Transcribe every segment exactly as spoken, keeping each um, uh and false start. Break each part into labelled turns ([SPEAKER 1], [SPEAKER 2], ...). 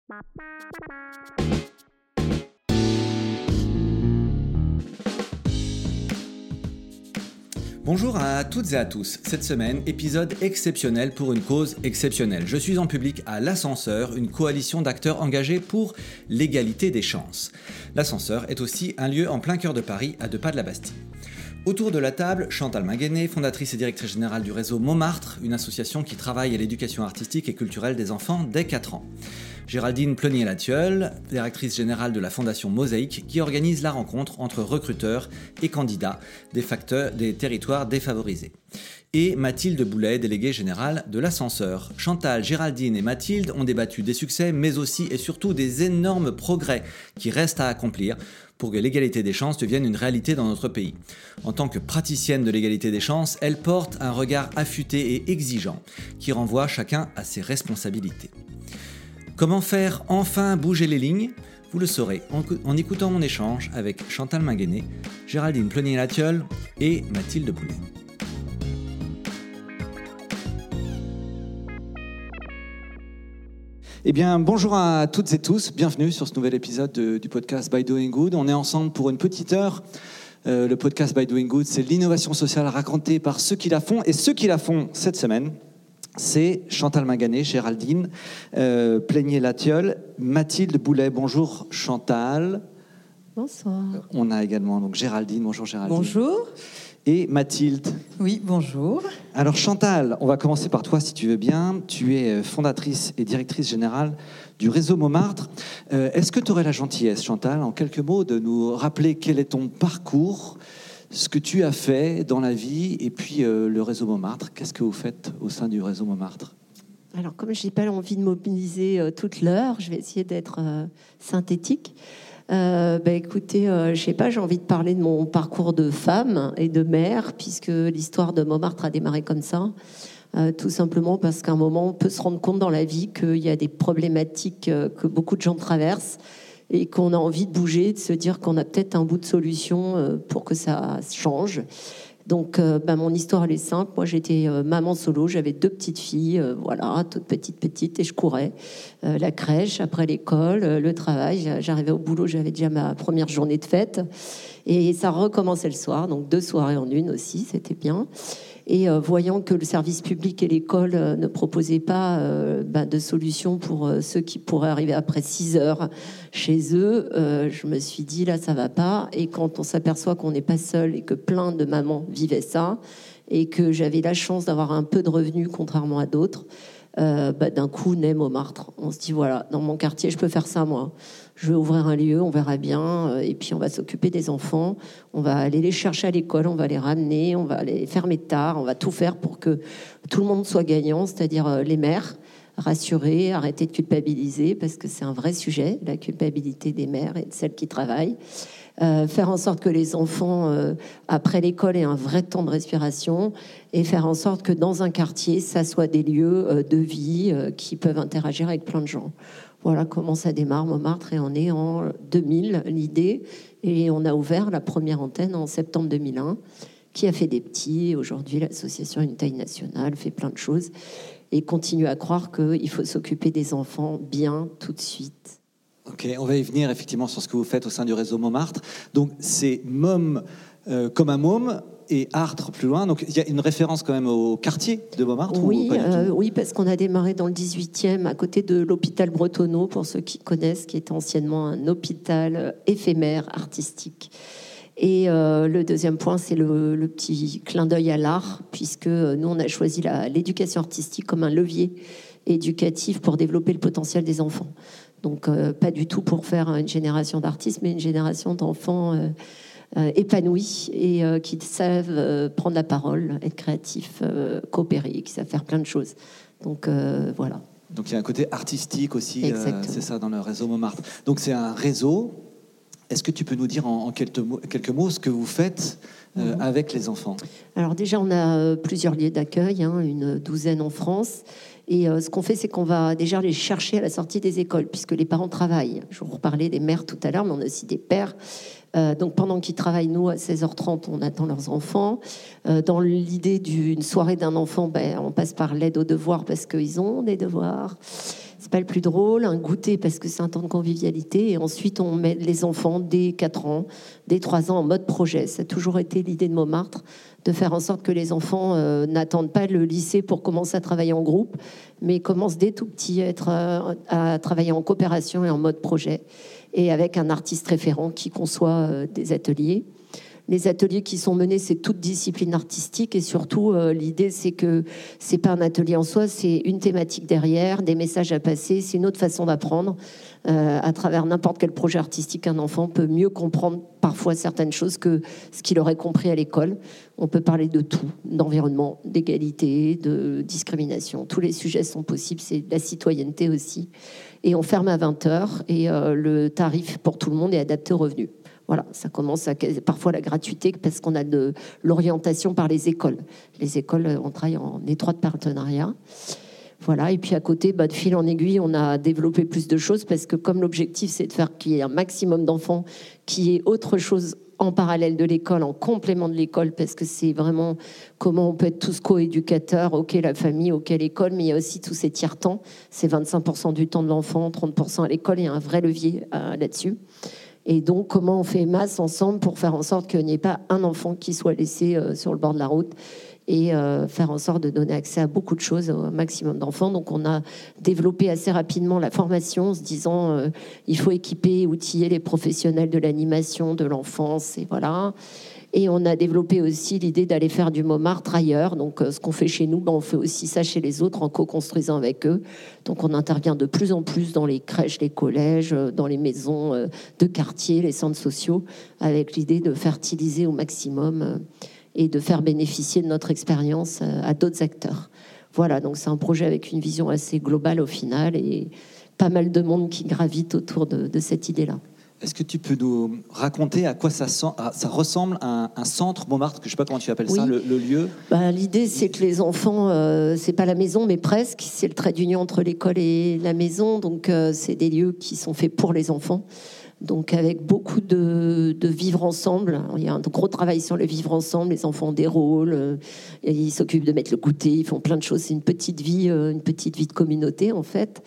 [SPEAKER 1] Bonjour à toutes et à tous. Cette semaine, épisode exceptionnel pour une cause exceptionnelle. Je suis en public à l'Ascenseur, une coalition d'acteurs engagés pour l'égalité des chances. L'Ascenseur est aussi un lieu en plein cœur de Paris, à deux pas de la Bastille. Autour de la table, Chantal Minguenet, fondatrice et directrice générale du réseau Montmartre, une association qui travaille à l'éducation artistique et culturelle des enfants dès quatre ans. Géraldine Plenier-Latilleul, directrice générale de la fondation Mosaïque, qui organise la rencontre entre recruteurs et candidats des, facteurs, des territoires défavorisés. Et Mathilde Boulet, déléguée générale de l'Ascenseur. Chantal, Géraldine et Mathilde ont débattu des succès, mais aussi et surtout des énormes progrès qui restent à accomplir pour que l'égalité des chances devienne une réalité dans notre pays. En tant que praticienne de l'égalité des chances, elle porte un regard affûté et exigeant qui renvoie chacun à ses responsabilités. Comment faire enfin bouger les lignes ? Vous le saurez en, en écoutant mon échange avec Chantal Minguenet, Géraldine Plenier-Latilleul et Mathilde Boulet. Eh bien, bonjour à toutes et tous, bienvenue sur ce nouvel épisode de, du podcast By Doing Good. On est ensemble pour une petite heure. Euh, le podcast By Doing Good, c'est l'innovation sociale racontée par ceux qui la font. Et ceux qui la font cette semaine, c'est Chantal Minguenet, Géraldine euh, Plenier-Latilleul, Mathilde Boulet. Bonjour Chantal.
[SPEAKER 2] Bonsoir.
[SPEAKER 1] On a également donc Géraldine. Bonjour Géraldine.
[SPEAKER 2] Bonjour.
[SPEAKER 1] Et Mathilde.
[SPEAKER 2] Oui, bonjour.
[SPEAKER 1] Alors Chantal, on va commencer par toi si tu veux bien. Tu es fondatrice et directrice générale du réseau Montmartre. Euh, est-ce que tu aurais la gentillesse, Chantal, en quelques mots, de nous rappeler quel est ton parcours, ce que tu as fait dans la vie et puis euh, le réseau Montmartre. Qu'est-ce que vous faites au sein du réseau Montmartre ?
[SPEAKER 2] Alors, comme je n'ai pas envie de mobiliser euh, toute l'heure, je vais essayer d'être euh, synthétique. Euh, bah, écoutez, euh, je sais pas, j'ai envie de parler de mon parcours de femme et de mère, puisque l'histoire de Montmartre a démarré comme ça. Euh, tout simplement parce qu'à un moment, on peut se rendre compte dans la vie qu'il y a des problématiques euh, que beaucoup de gens traversent et qu'on a envie de bouger, de se dire qu'on a peut-être un bout de solution euh, pour que ça change. Donc, euh, bah, mon histoire, elle est simple. Moi, j'étais euh, maman solo. J'avais deux petites filles, euh, voilà, toutes petites, petites, et je courais. Euh, la crèche, après l'école, euh, le travail. J'arrivais au boulot, j'avais déjà ma première journée de fête. Et ça recommençait le soir, donc deux soirées en une aussi, c'était bien. Et euh, voyant que le service public et l'école euh, ne proposaient pas euh, bah, de solution pour euh, ceux qui pourraient arriver après six heures chez eux, euh, je me suis dit, là, ça va pas. Et quand on s'aperçoit qu'on n'est pas seul et que plein de mamans vivaient ça, et que j'avais la chance d'avoir un peu de revenus, contrairement à d'autres, euh, bah, d'un coup, naît Montmartre. On se dit, voilà, dans mon quartier, je peux faire ça, moi. Je vais ouvrir un lieu, on verra bien, et puis on va s'occuper des enfants, on va aller les chercher à l'école, on va les ramener, on va les fermer tard, on va tout faire pour que tout le monde soit gagnant, c'est-à-dire les mères, rassurer, arrêter de culpabiliser, parce que c'est un vrai sujet, la culpabilité des mères et de celles qui travaillent. Euh, faire en sorte que les enfants, euh, après l'école, aient un vrai temps de respiration et faire en sorte que dans un quartier, ça soit des lieux euh, de vie euh, qui peuvent interagir avec plein de gens. Voilà comment ça démarre Montmartre, et on est en deux mille, l'idée, et on a ouvert la première antenne en septembre deux mille un, qui a fait des petits. Aujourd'hui, l'association a une taille nationale, fait plein de choses, et continue à croire qu'il faut s'occuper des enfants bien tout de suite.
[SPEAKER 1] Ok, on va y venir effectivement sur ce que vous faites au sein du réseau Montmartre. Donc c'est Mom euh, comme un môme et Artre plus loin. Donc il y a une référence quand même au quartier de Montmartre.
[SPEAKER 2] Oui,
[SPEAKER 1] ou pas du
[SPEAKER 2] euh,
[SPEAKER 1] tout
[SPEAKER 2] oui, parce qu'on a démarré dans le dix-huitième, à côté de l'hôpital Bretonneau, pour ceux qui connaissent, qui était anciennement un hôpital éphémère artistique. Et euh, le deuxième point, c'est le, le petit clin d'œil à l'art, puisque nous, on a choisi la, l'éducation artistique comme un levier éducatif pour développer le potentiel des enfants. Donc, euh, pas du tout pour faire une génération d'artistes, mais une génération d'enfants euh, euh, épanouis et euh, qui savent euh, prendre la parole, être créatifs, euh, coopérer, qui savent faire plein de choses. Donc, euh, voilà.
[SPEAKER 1] Donc, il y a un côté artistique aussi, euh, c'est ça, dans le réseau Montmartre. Donc, c'est un réseau. Est-ce que tu peux nous dire en, en quelques, mots, quelques mots ce que vous faites euh, mmh. avec les enfants ?
[SPEAKER 2] Alors déjà, on a euh, plusieurs lieux d'accueil, hein, une douzaine en France. Et euh, ce qu'on fait, c'est qu'on va déjà les chercher à la sortie des écoles, puisque les parents travaillent. Je vous reparlais des mères tout à l'heure, mais on a aussi des pères. Euh, donc pendant qu'ils travaillent, nous, à seize heures trente, on attend leurs enfants. Euh, dans l'idée d'une soirée d'un enfant, ben, on passe par l'aide aux devoirs, parce qu'ils ont des devoirs. c'est pas le plus drôle. Un goûter parce que c'est un temps de convivialité. Et ensuite, on met les enfants dès quatre ans, dès trois ans en mode projet. Ça a toujours été l'idée de Montmartre, de faire en sorte que les enfants euh, n'attendent pas le lycée pour commencer à travailler en groupe, mais commencent dès tout petit à, être, euh, à travailler en coopération et en mode projet, et avec un artiste référent qui conçoit euh, des ateliers. Les ateliers qui sont menés, c'est toute discipline artistique, et surtout, euh, l'idée, c'est que c'est pas un atelier en soi, c'est une thématique derrière, des messages à passer, c'est une autre façon d'apprendre. Euh, à travers n'importe quel projet artistique, un enfant peut mieux comprendre parfois certaines choses que ce qu'il aurait compris à l'école. On peut parler de tout, d'environnement, d'égalité, de discrimination. Tous les sujets sont possibles, c'est de la citoyenneté aussi. Et on ferme à vingt heures, et euh, le tarif pour tout le monde est adapté aux revenus. Voilà, ça commence à parfois la gratuité parce qu'on a de l'orientation par les écoles. Les écoles, on travaille en étroit partenariat. Voilà, et puis à côté, bah, de fil en aiguille, on a développé plus de choses parce que comme l'objectif, c'est de faire qu'il y ait un maximum d'enfants qui aient autre chose en parallèle de l'école, en complément de l'école, parce que c'est vraiment comment on peut être tous co-éducateurs, ok la famille, ok l'école, mais il y a aussi tous ces tiers-temps. C'est vingt-cinq pour cent du temps de l'enfant, trente pour cent à l'école, il y a un vrai levier euh, là-dessus. Et donc, comment on fait masse ensemble pour faire en sorte qu'il n'y ait pas un enfant qui soit laissé euh, sur le bord de la route, et euh, faire en sorte de donner accès à beaucoup de choses au maximum d'enfants. Donc, on a développé assez rapidement la formation en se disant euh, il faut équiper, outiller les professionnels de l'animation, de l'enfance, et voilà. Et on a développé aussi l'idée d'aller faire du Montmartre ailleurs. Donc, euh, ce qu'on fait chez nous, ben, on fait aussi ça chez les autres en co-construisant avec eux. Donc, on intervient de plus en plus dans les crèches, les collèges, dans les maisons euh, de quartier, les centres sociaux, avec l'idée de fertiliser au maximum euh, et de faire bénéficier de notre expérience euh, à d'autres acteurs. Voilà, donc c'est un projet avec une vision assez globale au final et pas mal de monde qui gravite autour de, de cette idée-là.
[SPEAKER 1] Est-ce que tu peux nous raconter à quoi ça, sent, ça ressemble un, un centre Montmartre, que je ne sais pas comment tu appelles oui. ça, le, le lieu
[SPEAKER 2] bah, l'idée, c'est que les enfants, euh, c'est pas la maison, mais presque. C'est le trait d'union entre l'école et la maison. Donc, euh, c'est des lieux qui sont faits pour les enfants. Donc, avec beaucoup de, de vivre ensemble. Il y a un gros travail sur le vivre ensemble. Les enfants ont des rôles. Euh, ils s'occupent de mettre le goûter. Ils font plein de choses. C'est une petite vie, euh, une petite vie de communauté, en fait.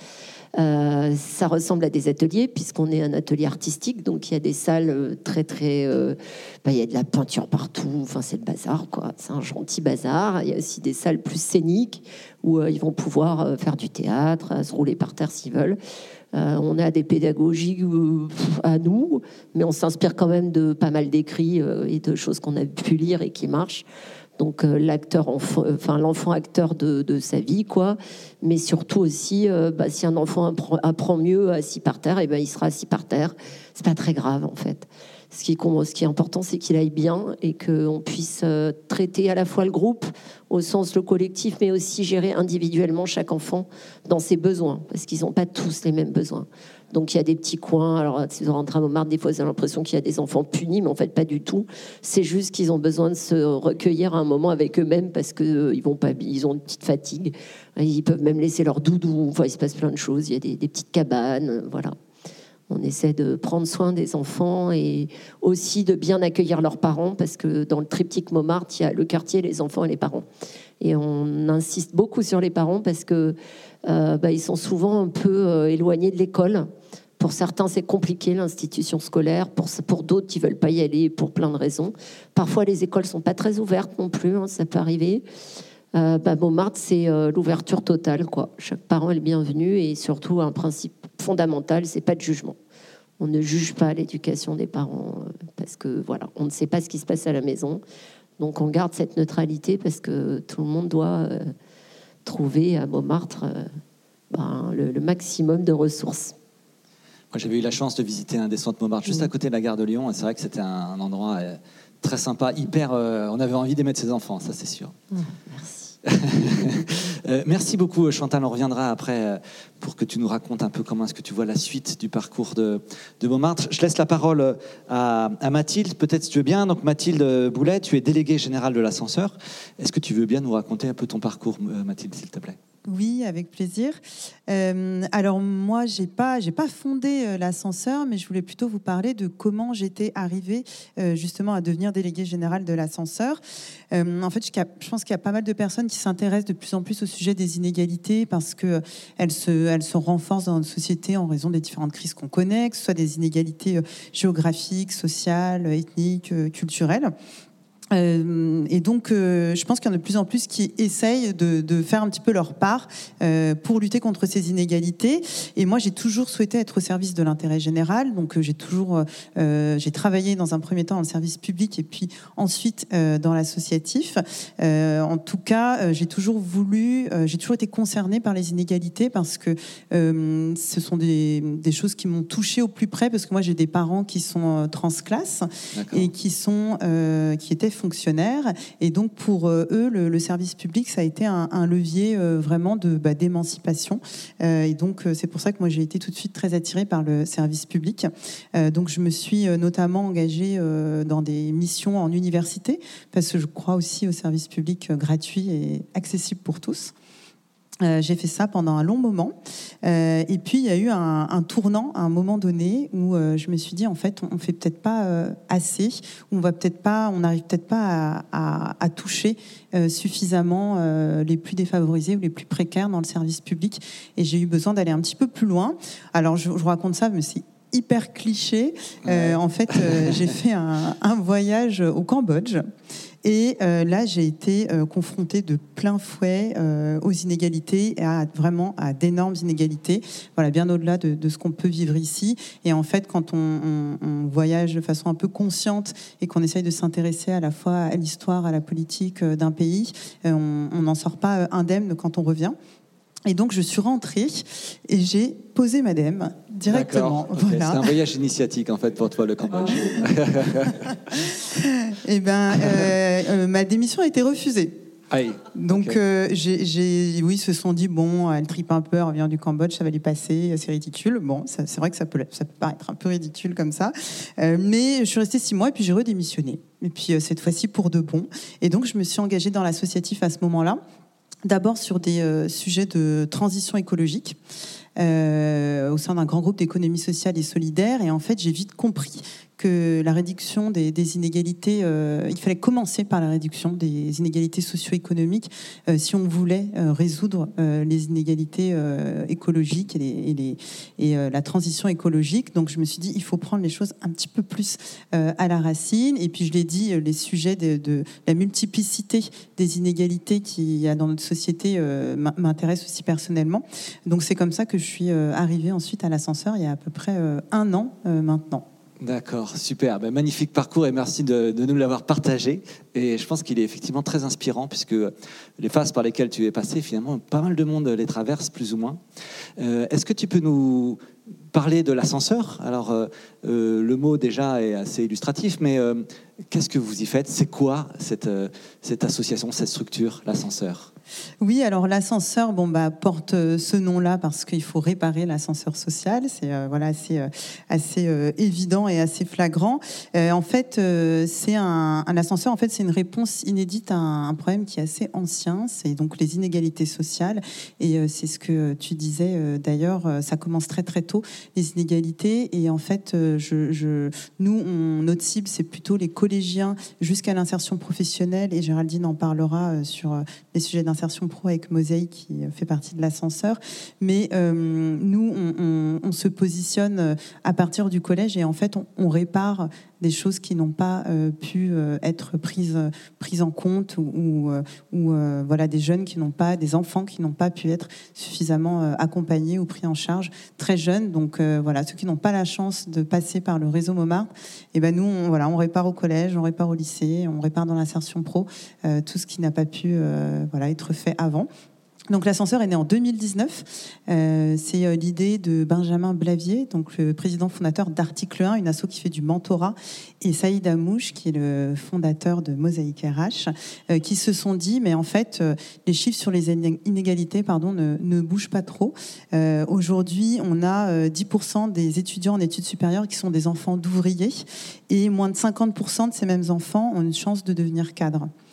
[SPEAKER 2] Euh, ça ressemble à des ateliers puisqu'on est un atelier artistique, donc il y a des salles très très euh, bah, il y a de la peinture partout, enfin c'est le bazar quoi, c'est un gentil bazar. Il y a aussi des salles plus scéniques où euh, ils vont pouvoir euh, faire du théâtre, euh, se rouler par terre s'ils veulent. Euh, on a des pédagogies euh, à nous, mais on s'inspire quand même de pas mal d'écrits euh, et de choses qu'on a pu lire et qui marchent. Donc euh, l'acteur, enfant, euh, enfin l'enfant acteur de, de sa vie, quoi. Mais surtout aussi, euh, bah, si un enfant apprend, apprend mieux assis par terre, et ben il sera assis par terre. C'est pas très grave en fait. Ce qui, ce qui est important, c'est qu'il aille bien et qu'on puisse euh, traiter à la fois le groupe, au sens le collectif, mais aussi gérer individuellement chaque enfant dans ses besoins, parce qu'ils n'ont pas tous les mêmes besoins. Donc il y a des petits coins. Alors si vous rentrez à Montmartre, des fois, vous avez l'impression qu'il y a des enfants punis, mais en fait pas du tout. C'est juste qu'ils ont besoin de se recueillir à un moment avec eux-mêmes parce que euh, ils vont pas, ils ont une petite fatigue. Ils peuvent même laisser leur doudou. Enfin, il se passe plein de choses. Il y a des, des petites cabanes, voilà. On essaie de prendre soin des enfants et aussi de bien accueillir leurs parents parce que dans le triptyque Montmartre, il y a le quartier, les enfants et les parents. Et on insiste beaucoup sur les parents parce que euh, bah, ils sont souvent un peu euh, éloignés de l'école. Pour certains, c'est compliqué, l'institution scolaire. Pour, pour d'autres, ils veulent pas y aller pour plein de raisons. Parfois, les écoles sont pas très ouvertes non plus, hein, ça peut arriver. Euh, bah, Montmartre, c'est euh, l'ouverture totale, quoi. Chaque parent est le bienvenu et surtout un principe fondamental, c'est pas de jugement. On ne juge pas l'éducation des parents euh, parce que voilà, on ne sait pas ce qui se passe à la maison. Donc on garde cette neutralité parce que tout le monde doit euh, trouver à Montmartre euh, ben, le, le maximum de ressources.
[SPEAKER 1] Moi, j'avais eu la chance de visiter un des centres Montmartre juste mmh. à côté de la gare de Lyon. Et c'est vrai que c'était un, un endroit euh, très sympa, hyper. Euh, on avait envie d'aimer ses enfants, ça c'est sûr.
[SPEAKER 2] Mmh, merci.
[SPEAKER 1] euh, merci beaucoup Chantal, on reviendra après euh, pour que tu nous racontes un peu comment est-ce que tu vois la suite du parcours de, de Montmartre. Je laisse la parole à, à Mathilde, peut-être si tu veux bien. Donc Mathilde Boulet, tu es déléguée générale de l'ascenseur. Est-ce que tu veux bien nous raconter un peu ton parcours, Mathilde, s'il te plaît ?
[SPEAKER 3] Oui, avec plaisir. Euh, alors moi, j'ai pas, j'ai pas fondé euh, l'ascenseur, mais je voulais plutôt vous parler de comment j'étais arrivée euh, justement à devenir déléguée générale de l'ascenseur. Euh, en fait, je, je pense qu'il y a pas mal de personnes qui s'intéressent de plus en plus au sujet des inégalités parce que elles se, elles se renforcent dans notre société en raison des différentes crises qu'on connaît, que ce soit des inégalités euh, géographiques, sociales, ethniques, euh, culturelles. Euh, et donc, euh, je pense qu'il y en a de plus en plus qui essayent de, de faire un petit peu leur part euh, pour lutter contre ces inégalités. Et moi, j'ai toujours souhaité être au service de l'intérêt général. Donc, euh, j'ai toujours, euh, j'ai travaillé dans un premier temps dans le service public et puis ensuite euh, dans l'associatif. Euh, en tout cas, euh, j'ai toujours voulu, euh, j'ai toujours été concernée par les inégalités parce que euh, ce sont des, des choses qui m'ont touchée au plus près. Parce que moi, j'ai des parents qui sont transclasses et qui sont, euh, qui étaient fonctionnaires, et donc pour euh, eux le, le service public ça a été un, un levier euh, vraiment de bah, d'émancipation euh, et donc euh, c'est pour ça que moi j'ai été tout de suite très attirée par le service public. Euh, donc je me suis euh, notamment engagée euh, dans des missions en université parce que je crois aussi au service public euh, gratuit et accessible pour tous. Euh, j'ai fait ça pendant un long moment. Euh, et puis, il y a eu un, un tournant à un moment donné où euh, je me suis dit, en fait, on ne fait peut-être pas euh, assez, on va peut-être pas, on n'arrive peut-être pas à, à, à toucher euh, suffisamment euh, les plus défavorisés ou les plus précaires dans le service public. Et j'ai eu besoin d'aller un petit peu plus loin. Alors, je, je vous raconte ça, mais c'est hyper cliché. Euh, en fait, euh, j'ai fait un, un voyage au Cambodge. Et euh, là, j'ai été euh, confrontée de plein fouet euh, aux inégalités, et à, vraiment à d'énormes inégalités, voilà, bien au-delà de, de ce qu'on peut vivre ici. Et en fait, quand on, on, on voyage de façon un peu consciente et qu'on essaye de s'intéresser à la fois à l'histoire, à la politique euh, d'un pays, euh, on n'en sort pas euh, indemne quand on revient. Et donc, je suis rentrée et j'ai posé madame directement.
[SPEAKER 1] Okay.
[SPEAKER 3] Voilà.
[SPEAKER 1] C'est un voyage initiatique, en fait, pour toi, le Cambodge.
[SPEAKER 3] Eh bien, euh, euh, ma démission a été refusée.
[SPEAKER 1] Aïe.
[SPEAKER 3] Donc,
[SPEAKER 1] Okay.
[SPEAKER 3] euh, j'ai, j'ai, oui, ils se sont dit, bon, elle tripe un peu, elle revient du Cambodge, ça va lui passer, c'est ridicule. Bon, ça, c'est vrai que ça peut, ça peut paraître un peu ridicule comme ça. Euh, mais je suis restée six mois et puis j'ai redémissionné. Et puis, euh, cette fois-ci, pour de bon. Et donc, je me suis engagée dans l'associatif à ce moment-là. D'abord sur des euh, sujets de transition écologique euh, au sein d'un grand groupe d'économie sociale et solidaire. Et en fait, j'ai vite compris que la réduction des, des inégalités, euh, il fallait commencer par la réduction des inégalités socio-économiques euh, si on voulait euh, résoudre euh, les inégalités euh, écologiques et, les, et, les, et euh, la transition écologique. Donc je me suis dit, il faut prendre les choses un petit peu plus euh, à la racine. Et puis je l'ai dit, les sujets de, de la multiplicité des inégalités qu'il y a dans notre société euh, m'intéressent aussi personnellement. Donc c'est comme ça que je suis euh, arrivée ensuite à l'ascenseur il y a à peu près euh, un an euh, maintenant.
[SPEAKER 1] D'accord, super. Ben, magnifique parcours et merci de, de nous l'avoir partagé. Et je pense qu'il est effectivement très inspirant puisque les phases par lesquelles tu es passé, finalement, pas mal de monde les traverse, plus ou moins. Euh, est-ce que tu peux nous parler de l'ascenseur ? Alors, euh, euh, le mot déjà est assez illustratif, mais euh, qu'est-ce que vous y faites ? C'est quoi cette, euh, cette association, cette structure, l'ascenseur ?
[SPEAKER 3] Oui, alors l'ascenseur, bon bah porte ce nom-là parce qu'il faut réparer l'ascenseur social. C'est euh, voilà, assez euh, assez euh, évident et assez flagrant. Euh, en fait, euh, c'est un, un ascenseur. En fait, c'est une réponse inédite à un, un problème qui est assez ancien. C'est donc les inégalités sociales. Et euh, c'est ce que tu disais euh, d'ailleurs. Euh, ça commence très très tôt, les inégalités. Et en fait, euh, je, je, nous, on, notre cible, c'est plutôt les collégiens jusqu'à l'insertion professionnelle. Et Géraldine en parlera euh, sur euh, les sujets d'insertion pro avec Mosaïque qui fait partie de l'ascenseur. Mais euh, nous, on, on, on se positionne à partir du collège et en fait, on, on répare des choses qui n'ont pas euh, pu euh, être prises, prises en compte ou, ou, euh, ou euh, voilà, des jeunes qui n'ont pas, des enfants qui n'ont pas pu être suffisamment euh, accompagnés ou pris en charge très jeunes. Donc euh, voilà, ceux qui n'ont pas la chance de passer par le réseau Montmartre, et ben nous, on, voilà, on répare au collège, on répare au lycée, on répare dans l'insertion pro, euh, tout ce qui n'a pas pu euh, voilà, être fait avant. Donc l'ascenseur est né en deux mille dix-neuf. Euh, c'est euh, l'idée de Benjamin Blavier, donc le président fondateur d'Article un, une asso qui fait du mentorat, et Saïd Amouche, qui est le fondateur de Mosaïque R H, euh, qui se sont dit, mais en fait, euh, les chiffres sur les inégalités pardon, ne, ne bougent pas trop. Euh, aujourd'hui, on a euh, dix pour cent des étudiants en études supérieures qui sont des enfants d'ouvriers, et moins de cinquante pour cent de ces mêmes enfants ont une chance de devenir cadres.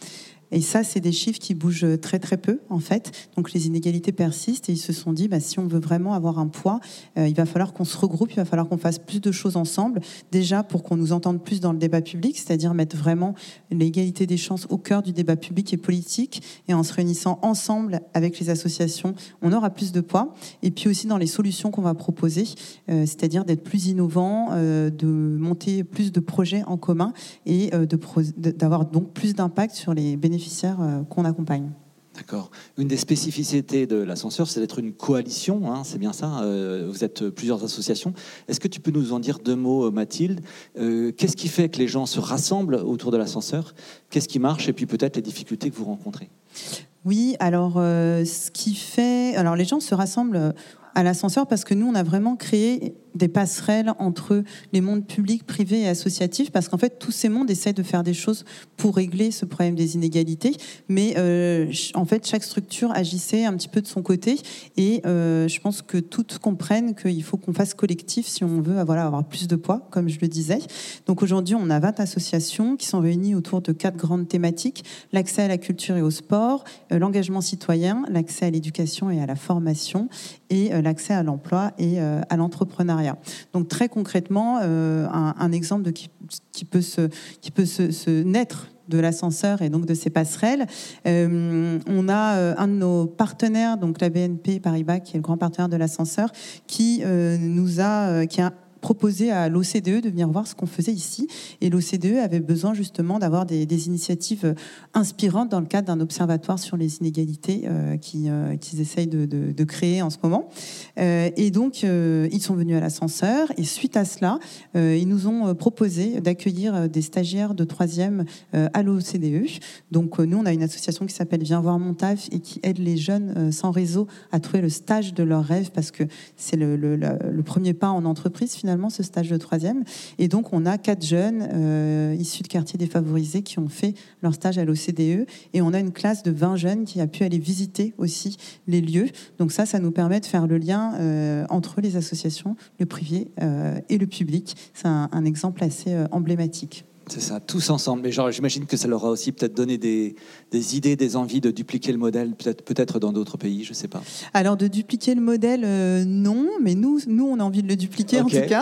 [SPEAKER 3] Et ça, c'est des chiffres qui bougent très très peu, en fait. Donc les inégalités persistent et ils se sont dit, bah, si on veut vraiment avoir un poids, euh, il va falloir qu'on se regroupe, il va falloir qu'on fasse plus de choses ensemble. Déjà pour qu'on nous entende plus dans le débat public, c'est-à-dire mettre vraiment l'égalité des chances au cœur du débat public et politique. Et en se réunissant ensemble avec les associations, on aura plus de poids. Et puis aussi dans les solutions qu'on va proposer, euh, c'est-à-dire d'être plus innovant, euh, de monter plus de projets en commun et euh, de pro- d'avoir donc plus d'impact sur les bénéficiaires qu'on accompagne.
[SPEAKER 1] D'accord. Une des spécificités de l'ascenseur, c'est d'être une coalition, hein, c'est bien ça. Euh, vous êtes plusieurs associations. Est-ce que tu peux nous en dire deux mots, Mathilde ? euh, Qu'est-ce qui fait que les gens se rassemblent autour de l'ascenseur ? Qu'est-ce qui marche ? Et puis peut-être les difficultés que vous rencontrez.
[SPEAKER 3] Oui, alors euh, ce qui fait... Alors les gens se rassemblent à l'ascenseur parce que nous, on a vraiment créé des passerelles entre les mondes publics, privés et associatifs, parce qu'en fait, tous ces mondes essaient de faire des choses pour régler ce problème des inégalités, mais euh, en fait, chaque structure agissait un petit peu de son côté, et euh, je pense que toutes comprennent qu'il faut qu'on fasse collectif si on veut voilà, avoir plus de poids, comme je le disais. Donc aujourd'hui, on a vingt associations qui sont réunies autour de quatre grandes thématiques: l'accès à la culture et au sport, euh, l'engagement citoyen, l'accès à l'éducation et à la formation, et euh, l'accès à l'emploi et euh, à l'entrepreneuriat. Donc très concrètement, euh, un, un exemple de qui, qui peut se, qui peut se, se naître de l'ascenseur et donc de ces passerelles. Euh, on a euh, un de nos partenaires, donc la B N P Paribas, qui est le grand partenaire de l'ascenseur, qui euh, nous a, euh, qui a proposé à l'O C D E de venir voir ce qu'on faisait ici. Et l'O C D E avait besoin justement d'avoir des, des initiatives inspirantes dans le cadre d'un observatoire sur les inégalités euh, qui, euh, qu'ils essayent de, de, de créer en ce moment. Euh, et donc, euh, ils sont venus à l'ascenseur. Et suite à cela, euh, ils nous ont proposé d'accueillir des stagiaires de troisième euh, à l'O C D E. Donc, euh, nous, on a une association qui s'appelle Viens voir mon taf et qui aide les jeunes euh, sans réseau à trouver le stage de leur rêve, parce que c'est le, le, le, le premier pas en entreprise, finalement, ce stage de troisième. Et donc, on a quatre jeunes euh, issus de quartiers défavorisés qui ont fait leur stage à l'O C D E. Et on a une classe de vingt jeunes qui a pu aller visiter aussi les lieux. Donc ça, ça nous permet de faire le lien euh, entre les associations, le privé euh, et le public. C'est un, un exemple assez euh, emblématique.
[SPEAKER 1] C'est ça, tous ensemble. Mais genre, j'imagine que ça leur a aussi peut-être donné des, des idées, des envies de dupliquer le modèle, peut-être, peut-être dans d'autres pays, je ne sais pas.
[SPEAKER 3] Alors, de dupliquer le modèle, euh, non, mais nous, nous, on a envie de le dupliquer, okay. En tout cas.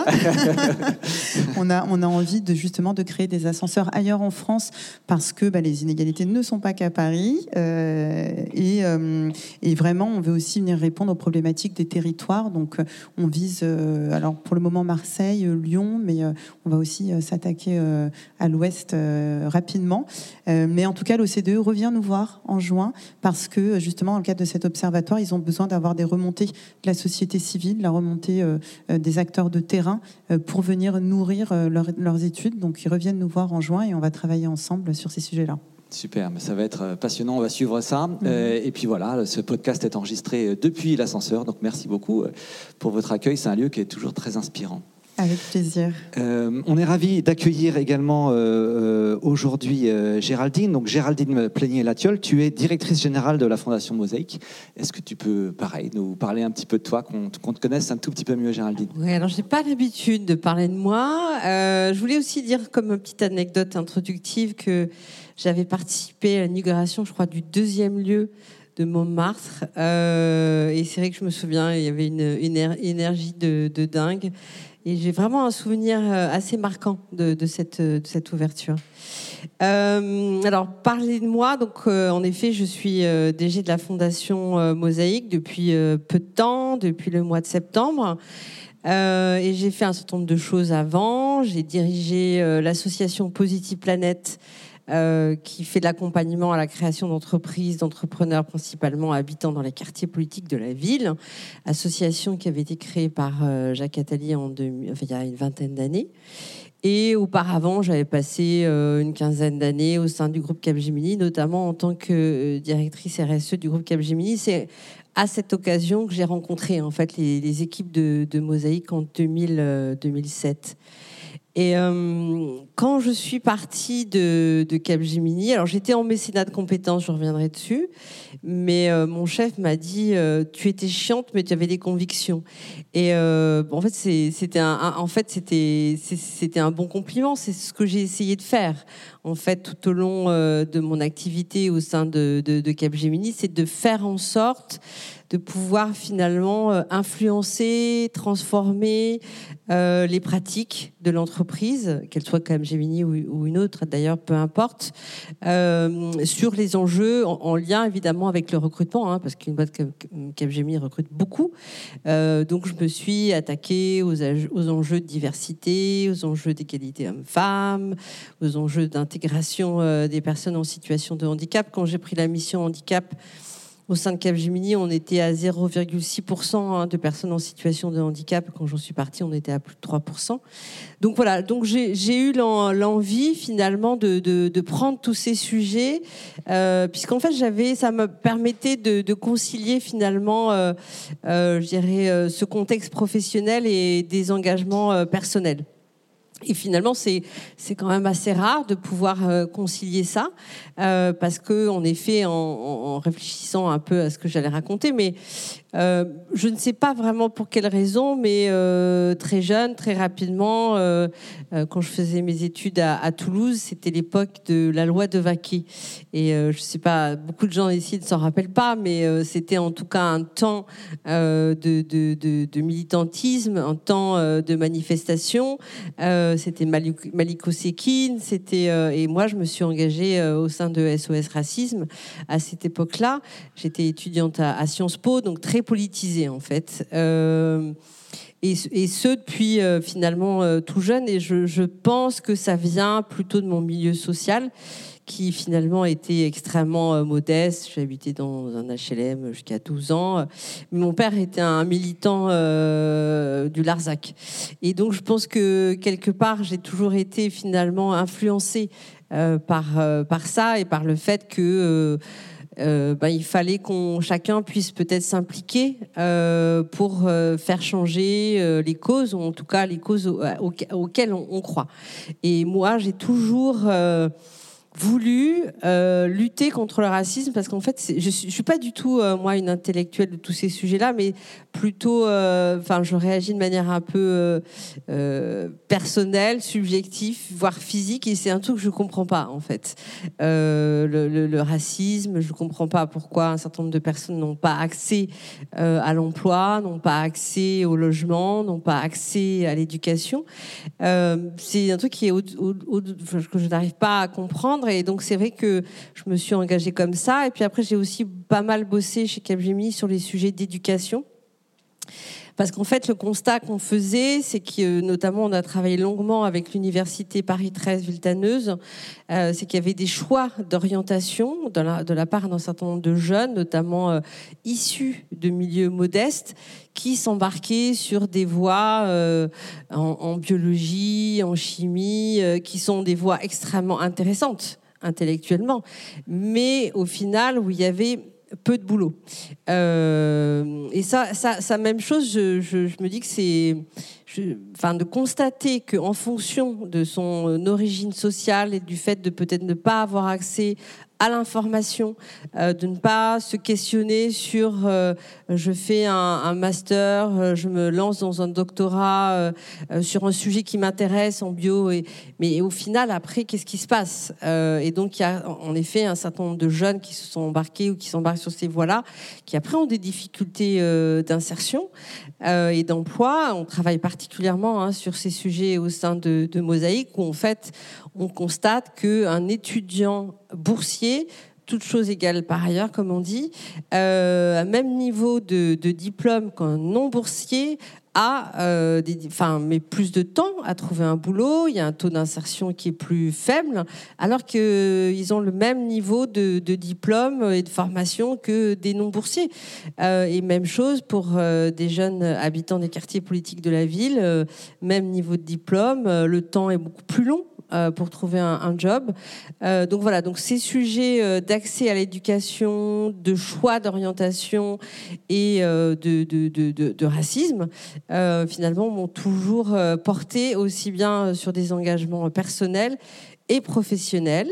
[SPEAKER 3] on, a, on a envie de, justement de créer des ascenseurs ailleurs en France, parce que bah, les inégalités ne sont pas qu'à Paris. Euh, et, euh, et vraiment, on veut aussi venir répondre aux problématiques des territoires. Donc, on vise, euh, alors pour le moment, Marseille, Lyon, mais euh, on va aussi euh, s'attaquer euh, à l'ouest euh, rapidement. Euh, mais en tout cas, l'O C D E revient nous voir en juin parce que, justement, dans le cadre de cet observatoire, ils ont besoin d'avoir des remontées de la société civile, la remontée euh, des acteurs de terrain euh, pour venir nourrir euh, leur, leurs études. Donc, ils reviennent nous voir en juin et on va travailler ensemble sur ces sujets-là.
[SPEAKER 1] Super, mais ça va être passionnant, on va suivre ça. Mmh. Euh, et puis voilà, ce podcast est enregistré depuis l'ascenseur, donc merci beaucoup pour votre accueil. C'est un lieu qui est toujours très inspirant.
[SPEAKER 3] Avec plaisir.
[SPEAKER 1] Euh, on est ravis d'accueillir également euh, aujourd'hui euh, Géraldine. Donc Géraldine Plénier-Latiol, tu es directrice générale de la Fondation Mosaïque. Est-ce que tu peux, pareil, nous parler un petit peu de toi, qu'on, qu'on te connaisse un tout petit peu mieux, Géraldine ?
[SPEAKER 2] Oui, alors je n'ai pas l'habitude de parler de moi. Euh, je voulais aussi dire, comme une petite anecdote introductive, que j'avais participé à l'inauguration, je crois, du deuxième lieu de Montmartre. Euh, et c'est vrai que je me souviens, il y avait une, une énergie de, de dingue. Et j'ai vraiment un souvenir assez marquant de, de, cette, de cette ouverture. Euh, alors, parlez de moi. Donc, euh, en effet, je suis euh, D G de la Fondation euh, Mosaïque depuis euh, peu de temps, depuis le mois de septembre. Euh, et j'ai fait un certain nombre de choses avant. J'ai dirigé euh, l'association Positive Planète, Euh, qui fait de l'accompagnement à la création d'entreprises, d'entrepreneurs principalement habitant dans les quartiers politiques de la ville. Association qui avait été créée par euh, Jacques Attali en deux mille, enfin, il y a une vingtaine d'années. Et auparavant, j'avais passé euh, une quinzaine d'années au sein du groupe Capgemini, notamment en tant que euh, directrice R S E du groupe Capgemini. C'est à cette occasion que j'ai rencontré en fait les, les équipes de, de Mosaïque en deux mille, euh, deux mille sept.
[SPEAKER 4] Et euh, quand je suis partie de, de Capgemini, alors j'étais en mécénat de compétences, je reviendrai dessus, mais euh, mon chef m'a dit euh, tu étais chiante, mais tu avais des convictions. Et euh, bon, en fait, c'est, c'était un, un, en fait, c'était, c'est, c'était un bon compliment. C'est ce que j'ai essayé de faire. En fait, tout au long euh, de mon activité au sein de, de, de Capgemini, c'est de faire en sorte de pouvoir finalement euh, influencer, transformer euh, les pratiques de l'entreprise, qu'elle soit Capgemini ou, ou une autre, d'ailleurs, peu importe, euh, sur les enjeux en, en lien évidemment avec le recrutement, hein, parce qu'une boîte comme Capgemini recrute beaucoup. Euh, donc, je me suis attaquée aux, aux enjeux de diversité, aux enjeux d'égalité hommes-femmes, aux enjeux d'intégration euh, des personnes en situation de handicap. Quand j'ai pris la mission handicap, au sein de Capgemini, on était à zéro virgule six pour cent de personnes en situation de handicap. Quand j'en suis partie, on était à plus de trois pour cent. Donc voilà, donc j'ai, j'ai eu l'envie finalement de, de, de prendre tous ces sujets, euh, puisqu'en fait, j'avais, ça me permettait de, de concilier finalement, euh, euh, je dirais, euh, ce contexte professionnel et des engagements euh, personnels. Et finalement, c'est c'est quand même assez rare de pouvoir euh, concilier ça, euh, parce que en effet, en, en réfléchissant un peu à ce que j'allais raconter, mais euh, je ne sais pas vraiment pour quelle raison, mais euh, très jeune, très rapidement, euh, euh, quand je faisais mes études à, à Toulouse, c'était l'époque de la loi de Vaquet. Et euh, je ne sais pas, beaucoup de gens ici ne s'en rappellent pas, mais euh, c'était en tout cas un temps euh, de, de, de, de militantisme, un temps euh, de manifestation. Euh, c'était Malik, Malik Osekine, c'était euh, et moi je me suis engagée euh, au sein de S O S Racisme à cette époque-là. J'étais étudiante à, à Sciences Po, donc très politisée en fait. Euh, et, et ce depuis euh, finalement euh, tout jeune. Et je, je pense que ça vient plutôt de mon milieu social, qui finalement était extrêmement euh, modeste. J'habitais dans un H L M jusqu'à douze ans. Mon père était un militant euh, du Larzac. Et donc, je pense que quelque part, j'ai toujours été finalement influencée euh, par, euh, par ça et par le fait que euh, euh, ben, il fallait qu'on chacun puisse peut-être s'impliquer euh, pour euh, faire changer euh, les causes, ou en tout cas les causes au, au, auxquelles on, on croit. Et moi, j'ai toujours... Euh, voulu euh, lutter contre le racisme, parce qu'en fait, c'est, je suis, je suis pas du tout euh, moi une intellectuelle de tous ces sujets-là, mais plutôt, enfin, euh, je réagis de manière un peu euh, euh, personnelle, subjective, voire physique, et c'est un truc que je comprends pas en fait. Euh, le, le, le racisme, je comprends pas pourquoi un certain nombre de personnes n'ont pas accès euh, à l'emploi, n'ont pas accès au logement, n'ont pas accès à l'éducation. Euh, c'est un truc qui est au, au, au, que je n'arrive pas à comprendre. Et donc, c'est vrai que je me suis engagée comme ça. Et puis après, j'ai aussi pas mal bossé chez Capgemini sur les sujets d'éducation. Parce qu'en fait, le constat qu'on faisait, c'est que, notamment, on a travaillé longuement avec l'université Paris treize Villetaneuse, euh, c'est qu'il y avait des choix d'orientation de la, de la part d'un certain nombre de jeunes, notamment euh, issus de milieux modestes, qui s'embarquaient sur des voies euh, en, en biologie, en chimie, euh, qui sont des voies extrêmement intéressantes intellectuellement, mais au final, où il y avait peu de boulot. Euh, et ça, ça, ça, même chose, je, je, je me dis que c'est... Je, enfin, de constater qu'en fonction de son origine sociale et du fait de peut-être ne pas avoir accès à l'information, euh, de ne pas se questionner sur euh, je fais un, un master, euh, je me lance dans un doctorat euh, euh, sur un sujet qui m'intéresse en bio, et, mais au final, après, qu'est-ce qui se passe euh, Et donc, il y a en effet un certain nombre de jeunes qui se sont embarqués ou qui s'embarquent sur ces voies-là, qui après ont des difficultés euh, d'insertion euh, et d'emploi. On travaille particulièrement hein, sur ces sujets au sein de, de Mosaïque, où en fait, on constate qu'un étudiant boursier, toutes choses égales par ailleurs, comme on dit, euh, à même niveau de, de diplôme qu'un non-boursier, a euh, des, enfin, met plus de temps à trouver un boulot, il y a un taux d'insertion qui est plus faible, alors qu'ils ont le même niveau de, de diplôme et de formation que des non-boursiers. Euh, et même chose pour euh, des jeunes habitants des quartiers politiques de la ville, euh, même niveau de diplôme, euh, le temps est beaucoup plus long euh, pour trouver un, un job. Euh, donc voilà, donc ces sujets euh, d'accès à l'éducation, de choix d'orientation et euh, de, de, de, de, de racisme, euh, finalement, m'ont toujours euh, porté aussi bien sur des engagements personnels et professionnel.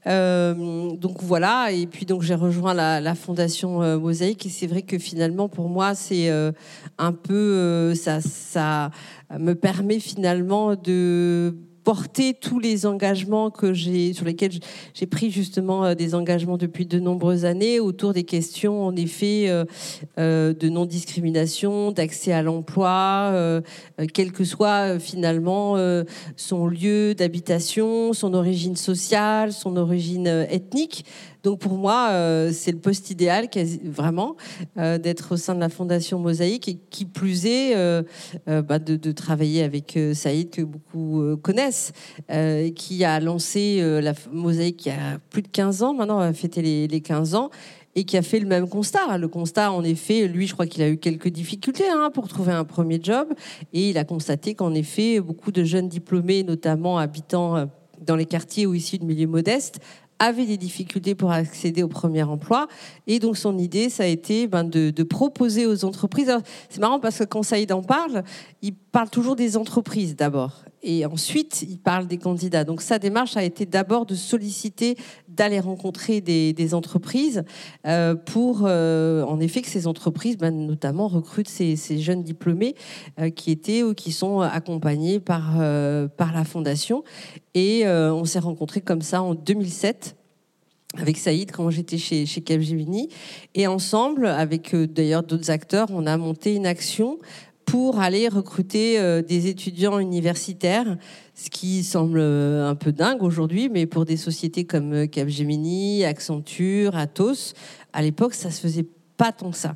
[SPEAKER 4] Euh, donc voilà, et puis donc j'ai rejoint la, la fondation euh, Mosaïque, et c'est vrai que finalement pour moi c'est euh, un peu euh, ça, ça me permet finalement de porter tous les engagements que j'ai, sur lesquels j'ai pris justement euh, des engagements depuis de nombreuses années autour des questions en effet euh, euh, de non-discrimination, d'accès à l'emploi, euh, euh, quel que soit euh, finalement euh, son lieu d'habitation, son origine sociale, son origine euh, ethnique. Donc pour moi, euh, c'est le poste idéal, quasi, vraiment, euh, d'être au sein de la Fondation Mosaïque, et qui plus est, euh, euh, bah, de, de travailler avec euh, Saïd, que beaucoup euh, connaissent, euh, qui a lancé euh, la Mosaïque il y a plus de quinze ans, maintenant on va fêter les, les quinze ans, et qui a fait le même constat. Le constat, en effet, lui, je crois qu'il a eu quelques difficultés hein, pour trouver un premier job, et il a constaté qu'en effet, beaucoup de jeunes diplômés, notamment habitant euh, dans les quartiers ou issus de milieux modestes, avaient des difficultés pour accéder au premier emploi. Et donc, son idée, ça a été ben, de, de proposer aux entreprises... Alors, c'est marrant parce que quand Saïd en parle, il parle toujours des entreprises d'abord. Et ensuite, il parle des candidats. Donc, sa démarche a été d'abord de solliciter, d'aller rencontrer des, des entreprises euh, pour, euh, en effet, que ces entreprises, ben, notamment, recrutent ces, ces jeunes diplômés euh, qui étaient ou qui sont accompagnés par, euh, par la Fondation. Et euh, on s'est rencontrés comme ça en deux mille sept avec Saïd quand j'étais chez, chez Capgemini. Et ensemble, avec euh, d'ailleurs d'autres acteurs, on a monté une action pour aller recruter euh, des étudiants universitaires, ce qui semble euh, un peu dingue aujourd'hui, mais pour des sociétés comme euh, Capgemini, Accenture, Atos, à l'époque, ça se faisait pas tant que ça.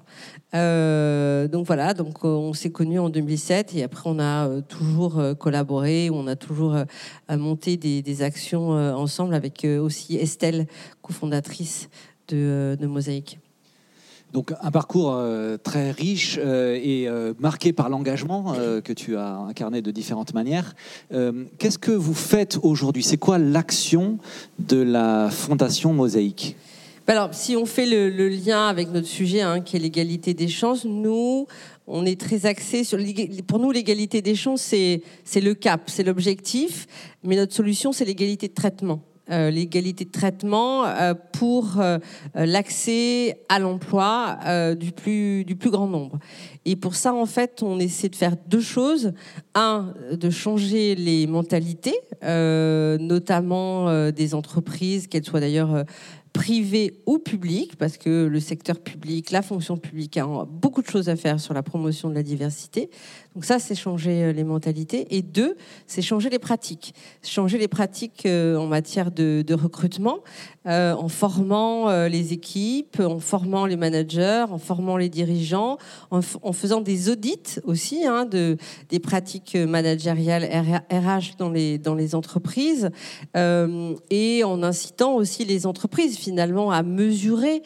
[SPEAKER 4] Euh, donc voilà, donc euh, on s'est connus en deux mille sept, et après on a euh, toujours euh, collaboré, on a toujours euh, monté des, des actions euh, ensemble avec euh, aussi Estelle, cofondatrice de, euh, de Mosaïque.
[SPEAKER 1] Donc un parcours euh, très riche euh, et euh, marqué par l'engagement euh, que tu as incarné de différentes manières. Euh, qu'est-ce que vous faites aujourd'hui ? C'est quoi l'action de la Fondation Mosaïque ?
[SPEAKER 4] Alors, si on fait le, le lien avec notre sujet, hein, qui est l'égalité des chances, nous, on est très axé sur... Pour nous, l'égalité des chances, c'est, c'est le cap, c'est l'objectif, mais notre solution, c'est l'égalité de traitement. Euh, l'égalité de traitement euh, pour euh, l'accès à l'emploi euh, du plus, du plus grand nombre. Et pour ça, en fait, on essaie de faire deux choses. Un, de changer les mentalités, euh, notamment euh, des entreprises, qu'elles soient d'ailleurs... Euh, privé ou public, parce que le secteur public, la fonction publique a beaucoup de choses à faire sur la promotion de la diversité. Donc ça, c'est changer les mentalités. Et deux, c'est changer les pratiques. Changer les pratiques en matière de, de recrutement, euh, en formant euh, les équipes, en formant les managers, en formant les dirigeants, en, f- en faisant des audits aussi, hein, de, des pratiques managériales R H dans les, dans les entreprises, euh, et en incitant aussi les entreprises finalement à mesurer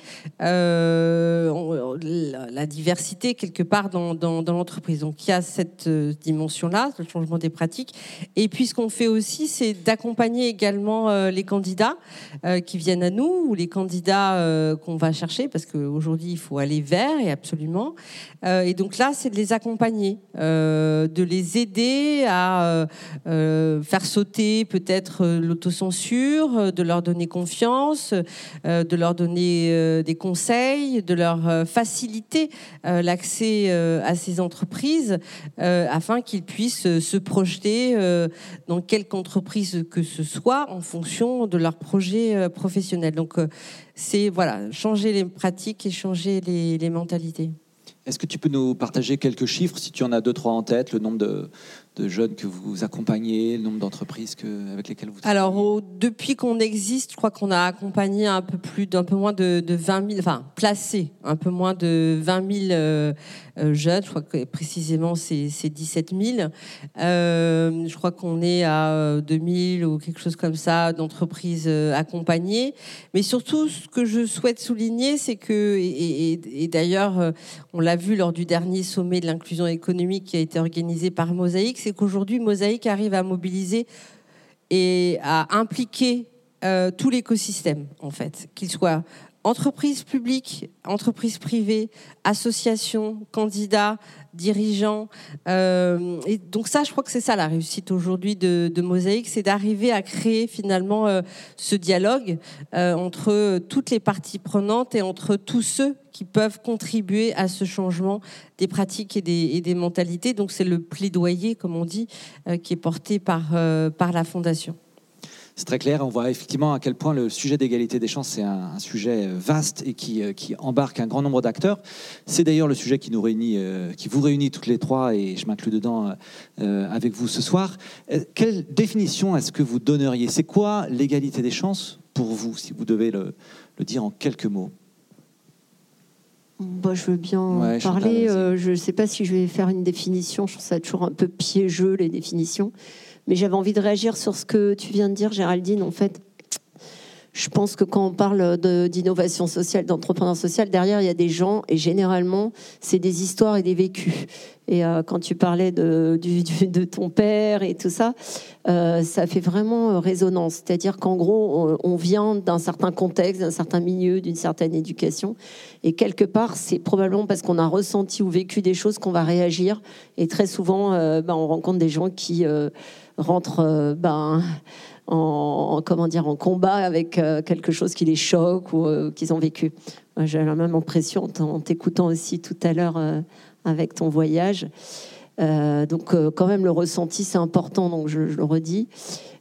[SPEAKER 4] euh, la, la diversité quelque part dans, dans, dans l'entreprise. Donc il y a cette dimension-là, le changement des pratiques. Et puis ce qu'on fait aussi, c'est d'accompagner également euh, les candidats euh, qui viennent à nous, ou les candidats euh, qu'on va chercher, parce qu'aujourd'hui il faut aller vers, et absolument. Euh, et donc là, c'est de les accompagner, euh, de les aider à euh, faire sauter peut-être l'autocensure, de leur donner confiance, euh, de leur donner euh, des conseils, de leur euh, faciliter euh, l'accès euh, à ces entreprises, euh, afin qu'ils puissent euh, se projeter euh, dans quelque entreprise que ce soit en fonction de leur projet euh, professionnel. Donc euh, c'est voilà, changer les pratiques et changer les, les mentalités.
[SPEAKER 1] Est-ce que tu peux nous partager quelques chiffres, si tu en as deux, trois en tête, le nombre de, de jeunes que vous accompagnez, le nombre d'entreprises que, avec lesquelles vous travaillez ?
[SPEAKER 4] Alors, au, depuis qu'on existe, je crois qu'on a accompagné un peu plus d'un peu moins de, de vingt mille, enfin, placé un peu moins de vingt mille euh, euh, jeunes. Je crois que précisément, c'est, c'est dix-sept mille. Euh, je crois qu'on est à deux mille ou quelque chose comme ça d'entreprises euh, accompagnées. Mais surtout, ce que je souhaite souligner, c'est que, et, et, et d'ailleurs, euh, on l'a vu lors du dernier sommet de l'inclusion économique qui a été organisé par Mosaïque, c'est qu'aujourd'hui, Mosaïque arrive à mobiliser et à impliquer euh, tout l'écosystème, en fait, qu'il soit entreprises publiques, entreprises privées, associations, candidats, dirigeants. Euh, et donc ça, je crois que c'est ça la réussite aujourd'hui de, de Mosaïque, c'est d'arriver à créer finalement euh, ce dialogue euh, entre toutes les parties prenantes et entre tous ceux qui peuvent contribuer à ce changement des pratiques et des, et des mentalités. Donc c'est le plaidoyer, comme on dit, euh, qui est porté par, euh, par la Fondation.
[SPEAKER 1] C'est très clair, on voit effectivement à quel point le sujet d'égalité des chances c'est un, un sujet vaste et qui, euh, qui embarque un grand nombre d'acteurs. C'est d'ailleurs le sujet qui nous réunit, euh, qui vous réunit toutes les trois, et je m'inclus dedans euh, avec vous ce soir. Euh, quelle définition est-ce que vous donneriez ? C'est quoi l'égalité des chances pour vous, si vous devez le, le dire en quelques mots ?
[SPEAKER 2] Bah, je veux bien
[SPEAKER 1] ouais,
[SPEAKER 2] parler.
[SPEAKER 1] Chantal,
[SPEAKER 2] euh, je ne sais pas si je vais faire une définition. Je trouve ça toujours un peu piégeux, les définitions. Mais j'avais envie de réagir sur ce que tu viens de dire, Géraldine. En fait, je pense que quand on parle de, d'innovation sociale, d'entrepreneuriat social, derrière, il y a des gens, et généralement, c'est des histoires et des vécus. Et euh, quand tu parlais de, du, du, de ton père et tout ça, euh, ça fait vraiment résonance. C'est-à-dire qu'en gros, on, on vient d'un certain contexte, d'un certain milieu, d'une certaine éducation. Et quelque part, c'est probablement parce qu'on a ressenti ou vécu des choses qu'on va réagir. Et très souvent, euh, ben, on rencontre des gens qui euh, rentrent... Euh, ben, En, comment dire, en combat avec euh, quelque chose qui les choque ou euh, qu'ils ont vécu. Euh, j'ai la même impression en t'écoutant aussi tout à l'heure euh, avec ton voyage. Euh, donc euh, quand même le ressenti c'est important, donc je, je le redis.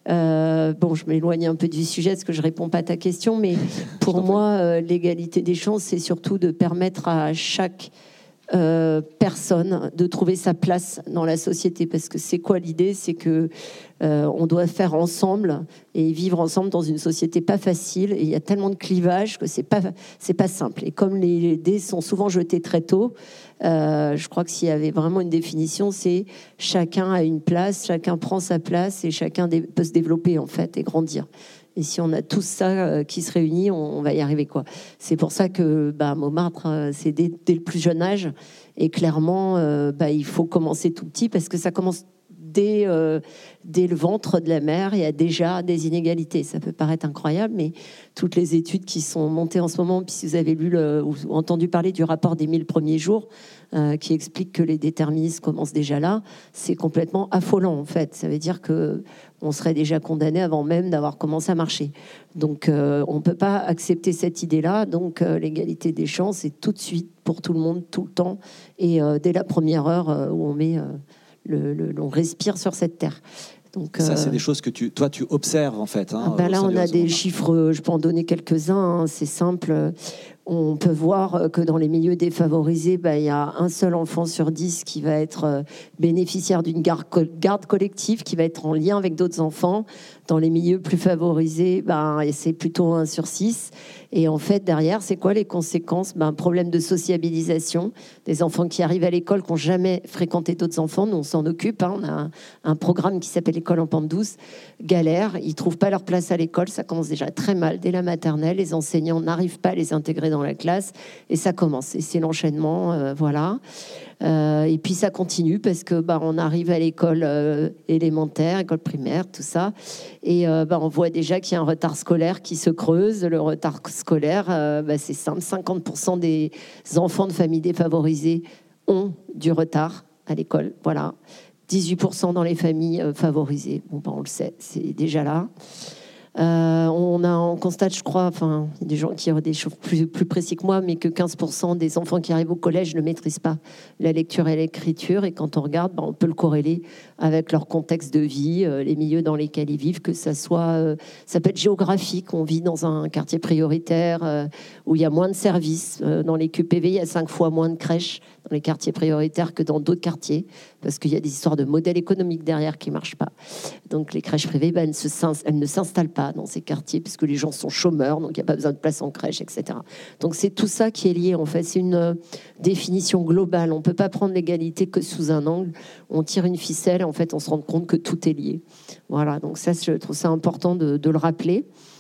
[SPEAKER 2] Euh, bon, je m'éloigne un peu du sujet parce que je réponds pas à ta question, mais pour moi euh, l'égalité des chances c'est surtout de permettre à chaque Euh, personne de trouver sa place dans la société, parce que c'est quoi l'idée, c'est que euh, on doit faire ensemble et vivre ensemble dans une société pas facile, et il y a tellement de clivages que c'est pas c'est pas simple, et comme les dés sont souvent jetés très tôt, euh, je crois que s'il y avait vraiment une définition, c'est chacun a une place, chacun prend sa place et chacun dé- peut se développer en fait et grandir. Et si on a tout ça euh, qui se réunit, on, on va y arriver, quoi. C'est pour ça que bah, Montmartre, euh, c'est dès, dès le plus jeune âge. Et clairement, euh, bah, il faut commencer tout petit, parce que ça commence dès, euh, dès le ventre de la mère. Il y a déjà des inégalités. Ça peut paraître incroyable, mais toutes les études qui sont montées en ce moment, puis si vous avez lu le, ou entendu parler du rapport des mille premiers jours, euh, qui explique que les déterministes commencent déjà là, c'est complètement affolant, en fait. Ça veut dire que on serait déjà condamné avant même d'avoir commencé à marcher. Donc, euh, on ne peut pas accepter cette idée-là. Donc, euh, l'égalité des chances, c'est tout de suite, pour tout le monde, tout le temps, et euh, dès la première heure euh, où on met, euh, le, le, on respire sur cette terre. Donc,
[SPEAKER 1] ça,
[SPEAKER 2] euh,
[SPEAKER 1] c'est des choses que tu, toi, tu observes, en fait. Hein,
[SPEAKER 2] ah ben là, on a des chiffres, je peux en donner quelques-uns, hein, c'est simple. On peut voir que dans les milieux défavorisés, bah, il y a un seul enfant sur dix qui va être bénéficiaire d'une garde, garde collective, qui va être en lien avec d'autres enfants. Dans les milieux plus favorisés, bah, c'est plutôt un sur six. Et en fait, derrière, c'est quoi les conséquences ? Ben, un problème de sociabilisation. Des enfants qui arrivent à l'école, qui n'ont jamais fréquenté d'autres enfants. Nous, on s'en occupe. Hein. On a un, un programme qui s'appelle École en pente douce. Galère. Ils ne trouvent pas leur place à l'école. Ça commence déjà très mal dès la maternelle. Les enseignants n'arrivent pas à les intégrer dans la classe. Et ça commence. Et c'est l'enchaînement. Euh, voilà. Euh, et puis ça continue parce que bah, on arrive à l'école euh, élémentaire, école primaire, tout ça, et euh, bah, on voit déjà qu'il y a un retard scolaire qui se creuse. Le retard scolaire, euh, bah, c'est simple, cinquante pour cent des enfants de familles défavorisées ont du retard à l'école. Voilà, dix-huit pour cent dans les familles euh, favorisées. Bon, bah, on le sait, c'est déjà là. Euh, on, a, on constate, je crois, enfin, il y a des gens qui ont des choses plus, plus précis que moi, mais que quinze pour cent des enfants qui arrivent au collège ne maîtrisent pas la lecture et l'écriture. Et quand on regarde, ben, on peut le corréler avec leur contexte de vie, euh, les milieux dans lesquels ils vivent, que ça soit, euh, ça peut être géographique. On vit dans un quartier prioritaire euh, où il y a moins de services. Euh, dans les Q P V, il y a cinq fois moins de crèches dans les quartiers prioritaires que dans d'autres quartiers, parce qu'il y a des histoires de modèles économiques derrière qui ne marchent pas. Donc les crèches privées, ben, elles, se, elles ne s'installent pas dans ces quartiers, puisque les gens sont chômeurs, donc il n'y a pas besoin de place en crèche, et cetera. Donc c'est tout ça qui est lié, en fait. C'est une euh, définition globale. On ne peut pas prendre l'égalité que sous un angle. On tire une ficelle, et en fait, on se rend compte que tout est lié. Voilà, donc ça, je trouve ça important de, de le rappeler.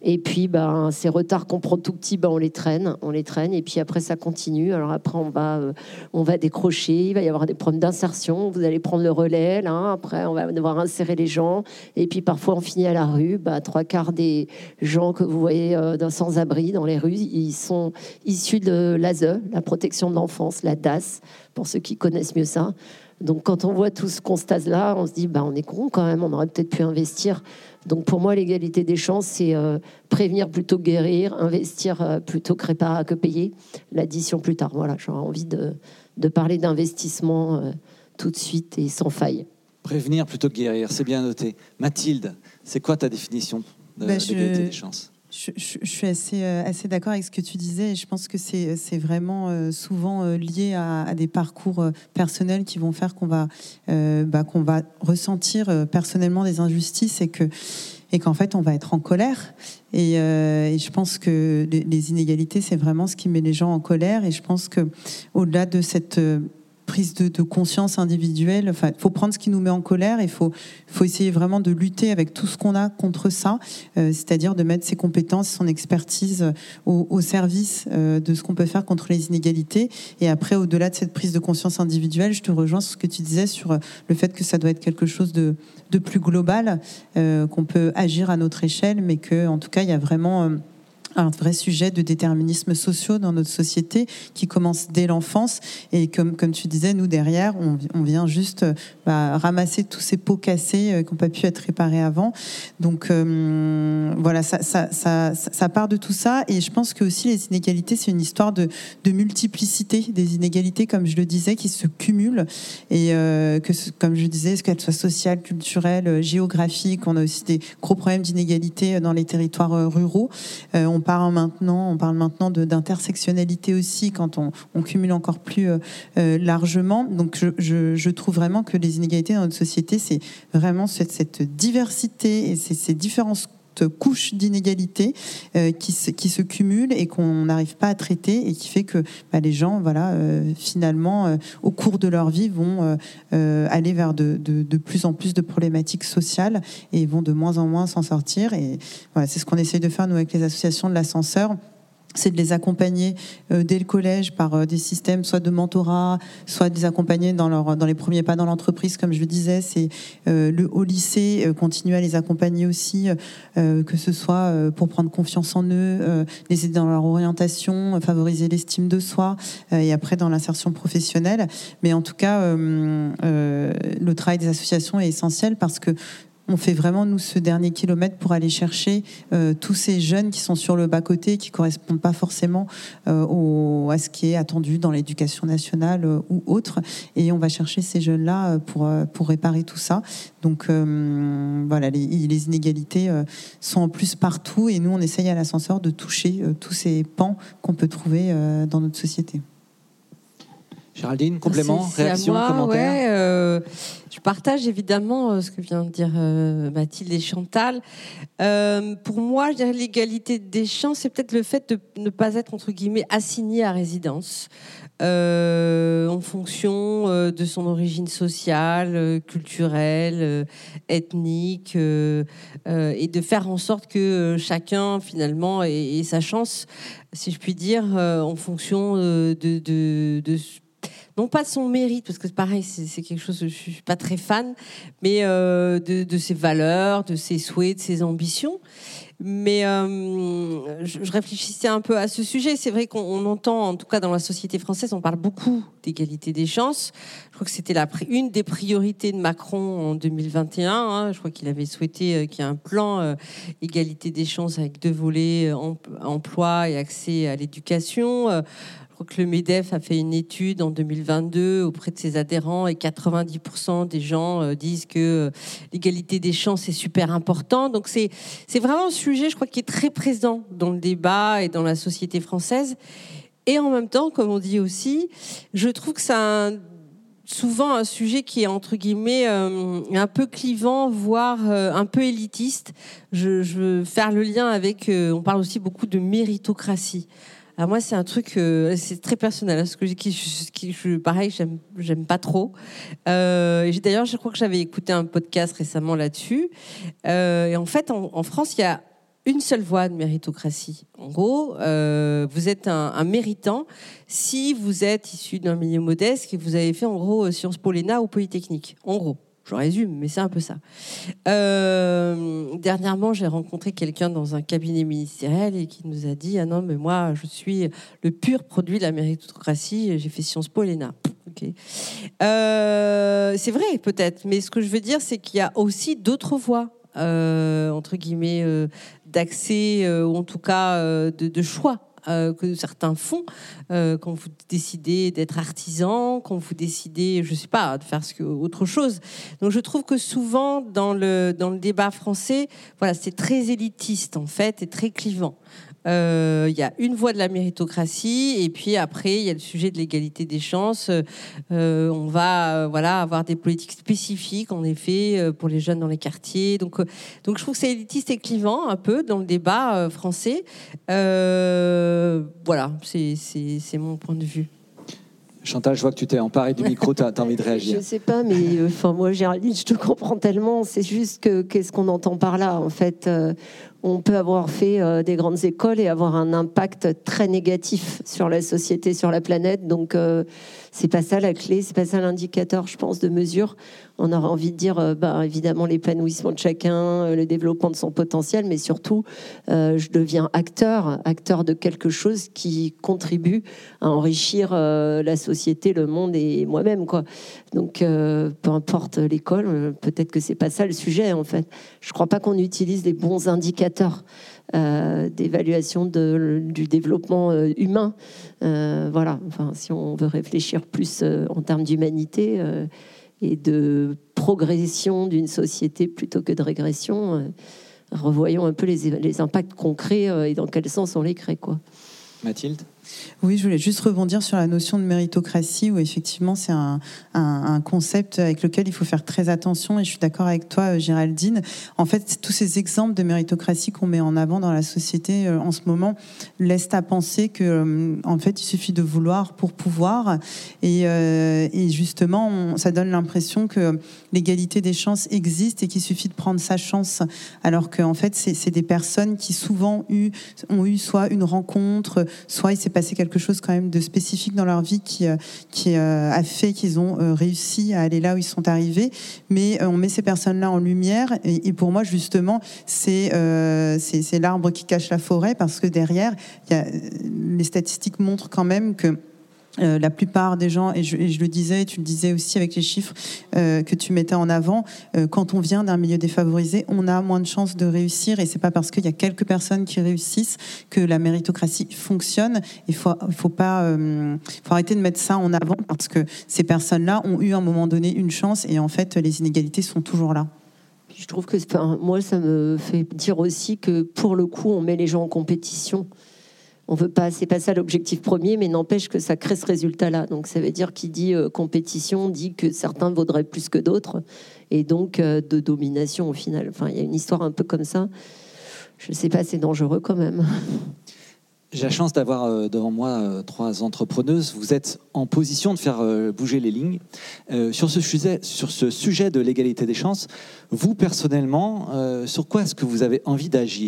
[SPEAKER 2] Et puis, ben, ces retards qu'on prend tout petit, ben, on les traîne, on les traîne. Et puis après, ça continue. Alors après, on va, euh, on va décrocher. Il va y avoir des problèmes d'insertion. Vous allez prendre le relais. Là. Après, on va devoir insérer les gens. Et puis parfois, on finit à la rue. Ben, trois quarts des gens que vous voyez euh, dans sans-abri dans les rues, ils sont issus de l'A S E, la protection de l'enfance, la D A S, pour ceux qui connaissent mieux ça. Donc quand on voit tout ce constat-là, on se dit, bah, on est con quand même, on aurait peut-être pu investir. Donc pour moi, l'égalité des chances, c'est euh, prévenir plutôt que guérir, investir euh, plutôt que réparer, que payer, l'addition plus tard. Voilà, j'aurais envie de, de parler d'investissement euh, tout de suite et sans faille.
[SPEAKER 1] Prévenir plutôt que guérir, c'est bien noté. Mathilde, c'est quoi ta définition de
[SPEAKER 3] bah,
[SPEAKER 1] l'égalité
[SPEAKER 3] je...
[SPEAKER 1] des chances ?
[SPEAKER 3] Je, je, je suis assez, euh, assez d'accord avec ce que tu disais et je pense que c'est, c'est vraiment euh, souvent euh, lié à, à des parcours euh, personnels qui vont faire qu'on va, euh, bah, qu'on va ressentir euh, personnellement des injustices et, que, et qu'en fait on va être en colère. Et, euh, et je pense que les, les inégalités, c'est vraiment ce qui met les gens en colère. Et je pense qu'au-delà de cette... Euh, prise de, de conscience individuelle. Enfin, il faut prendre ce qui nous met en colère. Il faut, faut essayer vraiment de lutter avec tout ce qu'on a contre ça, euh, c'est-à-dire de mettre ses compétences, son expertise au, au service euh, de ce qu'on peut faire contre les inégalités. Et après, au-delà de cette prise de conscience individuelle, je te rejoins sur ce que tu disais sur le fait que ça doit être quelque chose de, de plus global, euh, qu'on peut agir à notre échelle, mais que, en tout cas, il y a vraiment... Euh, un vrai sujet de déterminisme social dans notre société qui commence dès l'enfance et comme, comme tu disais, nous derrière on, on vient juste bah, ramasser tous ces pots cassés euh, qui n'ont pas pu être réparés avant, donc euh, voilà, ça, ça, ça, ça part de tout ça. Et je pense que aussi les inégalités, c'est une histoire de, de multiplicité des inégalités, comme je le disais, qui se cumulent et euh, que, comme je disais, qu'elles soient sociales, culturelles, géographiques. On a aussi des gros problèmes d'inégalité dans les territoires ruraux. euh, on parle maintenant, on parle maintenant de, d'intersectionnalité aussi quand on, on cumule encore plus euh, largement. Donc je, je, je trouve vraiment que les inégalités dans notre société, c'est vraiment cette, cette diversité et ces, ces différences couches d'inégalités euh, qui, se, qui se cumulent et qu'on n'arrive pas à traiter et qui fait que bah, les gens, voilà, euh, finalement, euh, au cours de leur vie, vont euh, euh, aller vers de, de, de plus en plus de problématiques sociales et vont de moins en moins s'en sortir. Et voilà, c'est ce qu'on essaye de faire, nous, avec les associations de l'ascenseur. C'est de les accompagner euh, dès le collège par euh, des systèmes soit de mentorat, soit de les accompagner dans, leur, dans les premiers pas dans l'entreprise, comme je le disais. C'est euh, le, au lycée, euh, continuer à les accompagner aussi, euh, que ce soit euh, pour prendre confiance en eux, euh, les aider dans leur orientation, euh, favoriser l'estime de soi, euh, et après dans l'insertion professionnelle. Mais en tout cas, euh, euh, le travail des associations est essentiel parce que on fait vraiment, nous, ce dernier kilomètre pour aller chercher euh, tous ces jeunes qui sont sur le bas-côté, qui ne correspondent pas forcément euh, au, à ce qui est attendu dans l'éducation nationale euh, ou autre. Et on va chercher ces jeunes-là pour, euh, pour réparer tout ça. Donc, euh, voilà, les, les inégalités euh, sont en plus partout. Et nous, on essaye à l'ascenseur de toucher euh, tous ces pans qu'on peut trouver euh, dans notre société.
[SPEAKER 1] Géraldine, complément,
[SPEAKER 4] c'est, c'est
[SPEAKER 1] réaction,
[SPEAKER 4] moi,
[SPEAKER 1] commentaire
[SPEAKER 4] ouais, euh, je partage évidemment euh, ce que vient de dire euh, Mathilde et Chantal. Euh, pour moi, je dirais l'égalité des chances, c'est peut-être le fait de ne pas être, entre guillemets, assigné à résidence euh, en fonction euh, de son origine sociale, euh, culturelle, euh, ethnique, euh, euh, et de faire en sorte que euh, chacun, finalement, ait, ait sa chance, si je puis dire, euh, en fonction euh, de... de, de non pas de son mérite, parce que c'est pareil, c'est, c'est quelque chose, je suis pas très fan, mais euh, de, de ses valeurs, de ses souhaits, de ses ambitions. Mais euh, je, je réfléchissais un peu à ce sujet. C'est vrai qu'on on entend, en tout cas dans la société française, on parle beaucoup d'égalité des chances. Je crois que c'était la, une des priorités de Macron en deux mille vingt et un. Hein. Je crois qu'il avait souhaité euh, qu'il y ait un plan euh, égalité des chances avec deux volets, euh, emploi et accès à l'éducation. Euh, Je crois que le MEDEF a fait une étude en deux mille vingt-deux auprès de ses adhérents et quatre-vingt-dix pour cent des gens euh, disent que euh, l'égalité des chances est super important. Donc c'est, c'est vraiment un sujet, je crois, qui est très présent dans le débat et dans la société française. Et en même temps, comme on dit aussi, je trouve que c'est un, souvent un sujet qui est, entre guillemets, euh, un peu clivant, voire euh, un peu élitiste. Je, je veux faire le lien avec... Euh, on parle aussi beaucoup de méritocratie. Alors moi, c'est un truc, euh, c'est très personnel, hein, ce que qui, qui, je, pareil, j'aime, j'aime pas trop. Euh, j'ai, d'ailleurs, je crois que j'avais écouté un podcast récemment là-dessus. Euh, et en fait, en, en France, il y a une seule voie de méritocratie. En gros, euh, vous êtes un, un méritant si vous êtes issu d'un milieu modeste et que vous avez fait en gros Sciences Po, l'E N A ou Polytechnique. En gros, je résume, mais c'est un peu ça. Euh, dernièrement, j'ai rencontré quelqu'un dans un cabinet ministériel et qui nous a dit « Ah non, mais moi, je suis le pur produit de la méritocratie, j'ai fait Sciences Po, l'E N A. » Okay. Euh, c'est vrai, peut-être, mais ce que je veux dire, c'est qu'il y a aussi d'autres voies. Euh, entre guillemets euh, d'accès euh, ou en tout cas euh, de, de choix euh, que certains font euh, quand vous décidez d'être artisan, quand vous décidez, je sais pas, de faire ce que, autre chose. Donc je trouve que souvent dans le dans le débat français, voilà, c'est très élitiste en fait et très clivant. Il euh, y a une voie de la méritocratie et puis après il y a le sujet de l'égalité des chances. Euh, on va euh, voilà avoir des politiques spécifiques en effet euh, pour les jeunes dans les quartiers. Donc euh, donc je trouve que c'est élitiste et clivant un peu dans le débat euh, français. Euh, voilà, c'est c'est c'est mon point de vue.
[SPEAKER 1] Chantal, je vois que tu t'es emparée du micro, tu as envie de réagir.
[SPEAKER 2] Je sais pas, mais enfin euh, moi, Géraldine, je te comprends tellement. C'est juste que qu'est-ce qu'on entend par là, en fait. Euh, on peut avoir fait euh, des grandes écoles et avoir un impact très négatif sur la société, sur la planète. Donc, euh, c'est pas ça la clé, c'est pas ça l'indicateur, je pense, de mesure. On aurait envie de dire, euh, bah, évidemment, l'épanouissement de chacun, euh, le développement de son potentiel, mais surtout, euh, je deviens acteur, acteur de quelque chose qui contribue à enrichir euh, la société, le monde et moi-même, quoi. Donc, euh, peu importe l'école, euh, peut-être que c'est pas ça le sujet, en fait. Je crois pas qu'on utilise les bons indicateurs euh, d'évaluation de, du développement euh, humain. Euh, voilà. Enfin, si on veut réfléchir plus euh, en termes d'humanité euh, et de progression d'une société plutôt que de régression, euh, revoyons un peu les, les impacts concrets euh, et dans quel sens on les crée, quoi.
[SPEAKER 1] Mathilde ?
[SPEAKER 3] Oui, je voulais juste rebondir sur la notion de méritocratie, où effectivement c'est un, un, un concept avec lequel il faut faire très attention, et je suis d'accord avec toi, Géraldine. En fait, tous ces exemples de méritocratie qu'on met en avant dans la société euh, en ce moment laissent à penser que, euh, en fait, il suffit de vouloir pour pouvoir, et, euh, et justement, on, ça donne l'impression que l'égalité des chances existe et qu'il suffit de prendre sa chance, alors qu'en fait, c'est, c'est des personnes qui souvent eu, ont eu soit une rencontre, soit il s'est passé quelque chose quand même de spécifique dans leur vie qui, qui a fait qu'ils ont réussi à aller là où ils sont arrivés. Mais on met ces personnes-là en lumière, et, et pour moi, justement, c'est, euh, c'est, c'est l'arbre qui cache la forêt, parce que derrière, il y a, les statistiques montrent quand même que Euh, la plupart des gens, et je, et je le disais, et tu le disais aussi avec les chiffres euh, que tu mettais en avant, euh, quand on vient d'un milieu défavorisé, on a moins de chances de réussir, et c'est pas parce qu'il y a quelques personnes qui réussissent que la méritocratie fonctionne. Il faut, il faut pas, euh, faut arrêter de mettre ça en avant, parce que ces personnes-là ont eu à un moment donné une chance, et en fait, les inégalités sont toujours là.
[SPEAKER 2] Je trouve que, enfin, moi, ça me fait dire aussi que pour le coup, on met les gens en compétition. On veut pas, c'est pas ça l'objectif premier, mais n'empêche que ça crée ce résultat-là. Donc ça veut dire qu'il dit euh, compétition, dit que certains vaudraient plus que d'autres, et donc euh, de domination au final. Enfin, il y a une histoire un peu comme ça. Je sais pas, c'est dangereux quand même.
[SPEAKER 1] J'ai la chance d'avoir euh, devant moi euh, trois entrepreneuses. Vous êtes en position de faire euh, bouger les lignes. Euh, sur ce sujet, sur ce sujet de l'égalité des chances, vous personnellement, euh, sur quoi est-ce que vous avez envie d'agir ?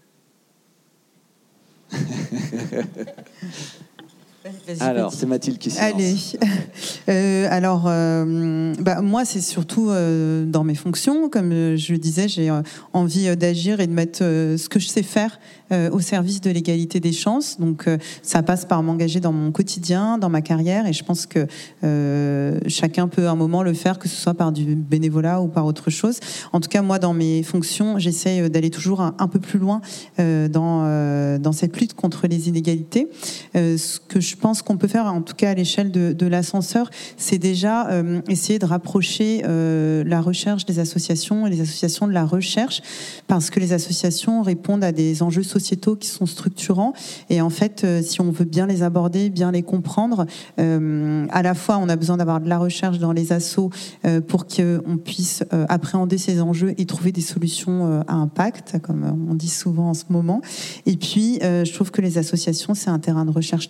[SPEAKER 1] Vas-y, alors, vas-y. C'est Mathilde qui s'y lance.
[SPEAKER 3] Allez. Euh, alors, euh, bah, moi, c'est surtout euh, dans mes fonctions. Comme je le disais, j'ai euh, envie d'agir et de mettre euh, ce que je sais faire euh, au service de l'égalité des chances. Donc, euh, ça passe par m'engager dans mon quotidien, dans ma carrière. Et je pense que euh, chacun peut à un moment le faire, que ce soit par du bénévolat ou par autre chose. En tout cas, moi, dans mes fonctions, j'essaie d'aller toujours un, un peu plus loin euh, dans, euh, dans cette lutte contre les inégalités. Euh, ce que je pense qu'on peut faire, en tout cas à l'échelle de, de l'ascenseur, c'est déjà euh, essayer de rapprocher euh, la recherche des associations et les associations de la recherche, parce que les associations répondent à des enjeux sociétaux qui sont structurants, et en fait, euh, si on veut bien les aborder, bien les comprendre, euh, à la fois on a besoin d'avoir de la recherche dans les assos euh, pour qu'on puisse euh, appréhender ces enjeux et trouver des solutions euh, à impact, comme on dit souvent en ce moment. Et puis, euh, je trouve que les associations, c'est un terrain de recherche très riche,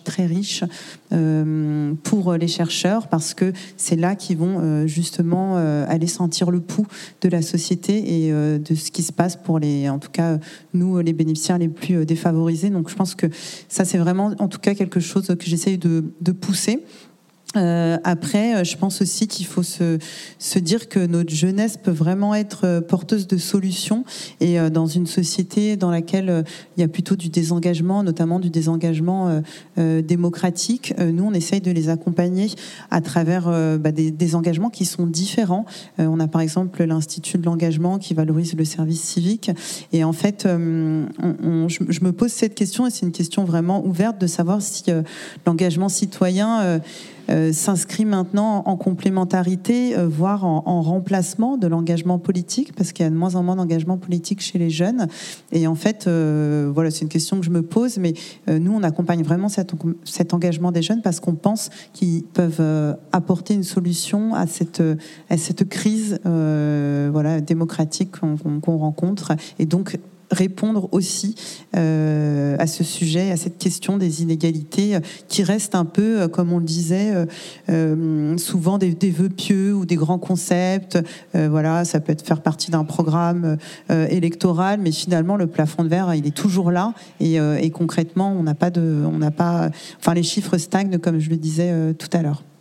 [SPEAKER 3] riche euh, pour les chercheurs, parce que c'est là qu'ils vont euh, justement euh, aller sentir le pouls de la société et euh, de ce qui se passe pour les, en tout cas nous les bénéficiaires les plus défavorisés. Donc je pense que ça c'est vraiment en tout cas quelque chose que j'essaye de, de pousser. Euh, après, je pense aussi qu'il faut se, se dire que notre jeunesse peut vraiment être porteuse de solutions, et euh, dans une société dans laquelle euh, il y a plutôt du désengagement, notamment du désengagement euh, euh, démocratique, euh, nous on essaye de les accompagner à travers euh, bah, des, des engagements qui sont différents. Euh, on a par exemple l'Institut de l'engagement qui valorise le service civique, et en fait euh, on, on, je, je me pose cette question, et c'est une question vraiment ouverte, de savoir si euh, l'engagement citoyen euh, Euh, s'inscrit maintenant en complémentarité, euh, voire en, en remplacement de l'engagement politique, parce qu'il y a de moins en moins d'engagement politique chez les jeunes. Et en fait, euh, voilà, c'est une question que je me pose, mais euh, nous, on accompagne vraiment cet, cet engagement des jeunes parce qu'on pense qu'ils peuvent euh, apporter une solution à cette, à cette crise euh, voilà, démocratique qu'on, qu'on, qu'on rencontre. Et donc, répondre aussi euh, à ce sujet, à cette question des inégalités, euh, qui reste un peu, euh, comme on le disait, euh, euh, souvent des, des vœux pieux ou des grands concepts. Euh, voilà, ça peut être faire partie d'un programme euh, électoral, mais finalement le plafond de verre, il est toujours là, et, euh, et concrètement, on n'a pas de, on n'a pas, enfin les chiffres stagnent, comme je le disais euh, tout à l'heure.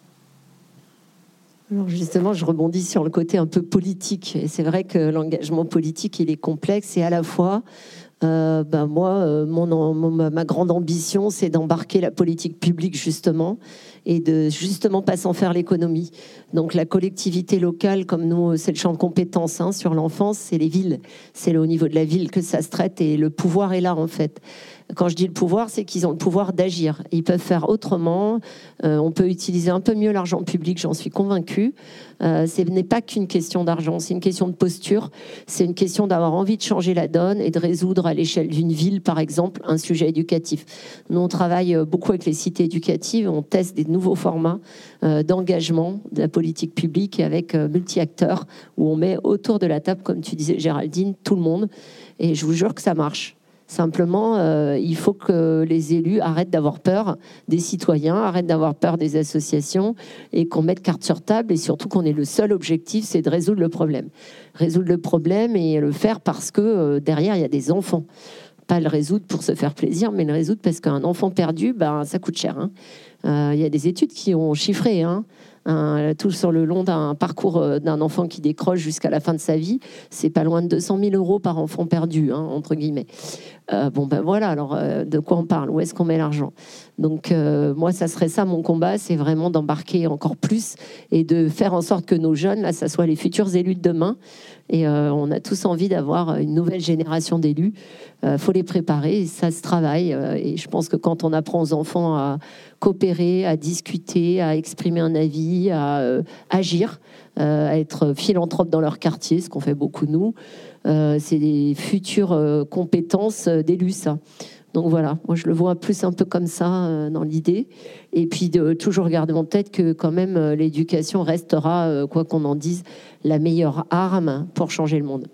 [SPEAKER 2] Alors justement, je rebondis sur le côté un peu politique. Et c'est vrai que l'engagement politique, il est complexe. Et à la fois, euh, ben moi, euh, mon, mon, ma grande ambition, c'est d'embarquer la politique publique, justement, et de justement pas s'en faire l'économie. Donc la collectivité locale, comme nous, c'est le champ de compétences hein, sur l'enfance, c'est les villes. C'est au niveau de la ville que ça se traite, et le pouvoir est là, en fait. Quand je dis le pouvoir, c'est qu'ils ont le pouvoir d'agir. Ils peuvent faire autrement. Euh, on peut utiliser un peu mieux l'argent public, j'en suis convaincue. Euh, ce n'est pas qu'une question d'argent, c'est une question de posture. C'est une question d'avoir envie de changer la donne et de résoudre à l'échelle d'une ville, par exemple, un sujet éducatif. Nous, on travaille beaucoup avec les cités éducatives. On teste des nouveaux formats euh, d'engagement de la politique publique avec euh, multi-acteurs, où on met autour de la table, comme tu disais, Géraldine, tout le monde. Et je vous jure que ça marche. Simplement, euh, il faut que les élus arrêtent d'avoir peur des citoyens, arrêtent d'avoir peur des associations, et qu'on mette carte sur table, et surtout qu'on ait le seul objectif, c'est de résoudre le problème. Résoudre le problème et le faire parce que euh, derrière, il y a des enfants. Pas le résoudre pour se faire plaisir, mais le résoudre parce qu'un enfant perdu, ben, ça coûte cher. Hein. Euh, il y a des études qui ont chiffré, hein, un, tout sur le long d'un parcours d'un enfant qui décroche jusqu'à la fin de sa vie, c'est pas loin de deux cent mille euros par enfant perdu, hein, entre guillemets. Euh, bon ben voilà, alors euh, de quoi on parle? Où est-ce qu'on met l'argent? Donc euh, moi, ça serait ça mon combat, c'est vraiment d'embarquer encore plus et de faire en sorte que nos jeunes, là, ça soit les futurs élus de demain. Et euh, on a tous envie d'avoir une nouvelle génération d'élus. Il euh, faut les préparer, ça se travaille. Euh, et je pense que quand on apprend aux enfants à coopérer, à discuter, à exprimer un avis, à euh, agir, euh, à être philanthropes dans leur quartier, ce qu'on fait beaucoup nous, euh, c'est des futures euh, compétences d'élus, ça. Donc voilà, moi je le vois plus un peu comme ça euh, dans l'idée. Et puis de toujours garder en tête que quand même euh, l'éducation restera, euh, quoi qu'on en dise, la meilleure arme pour changer le monde.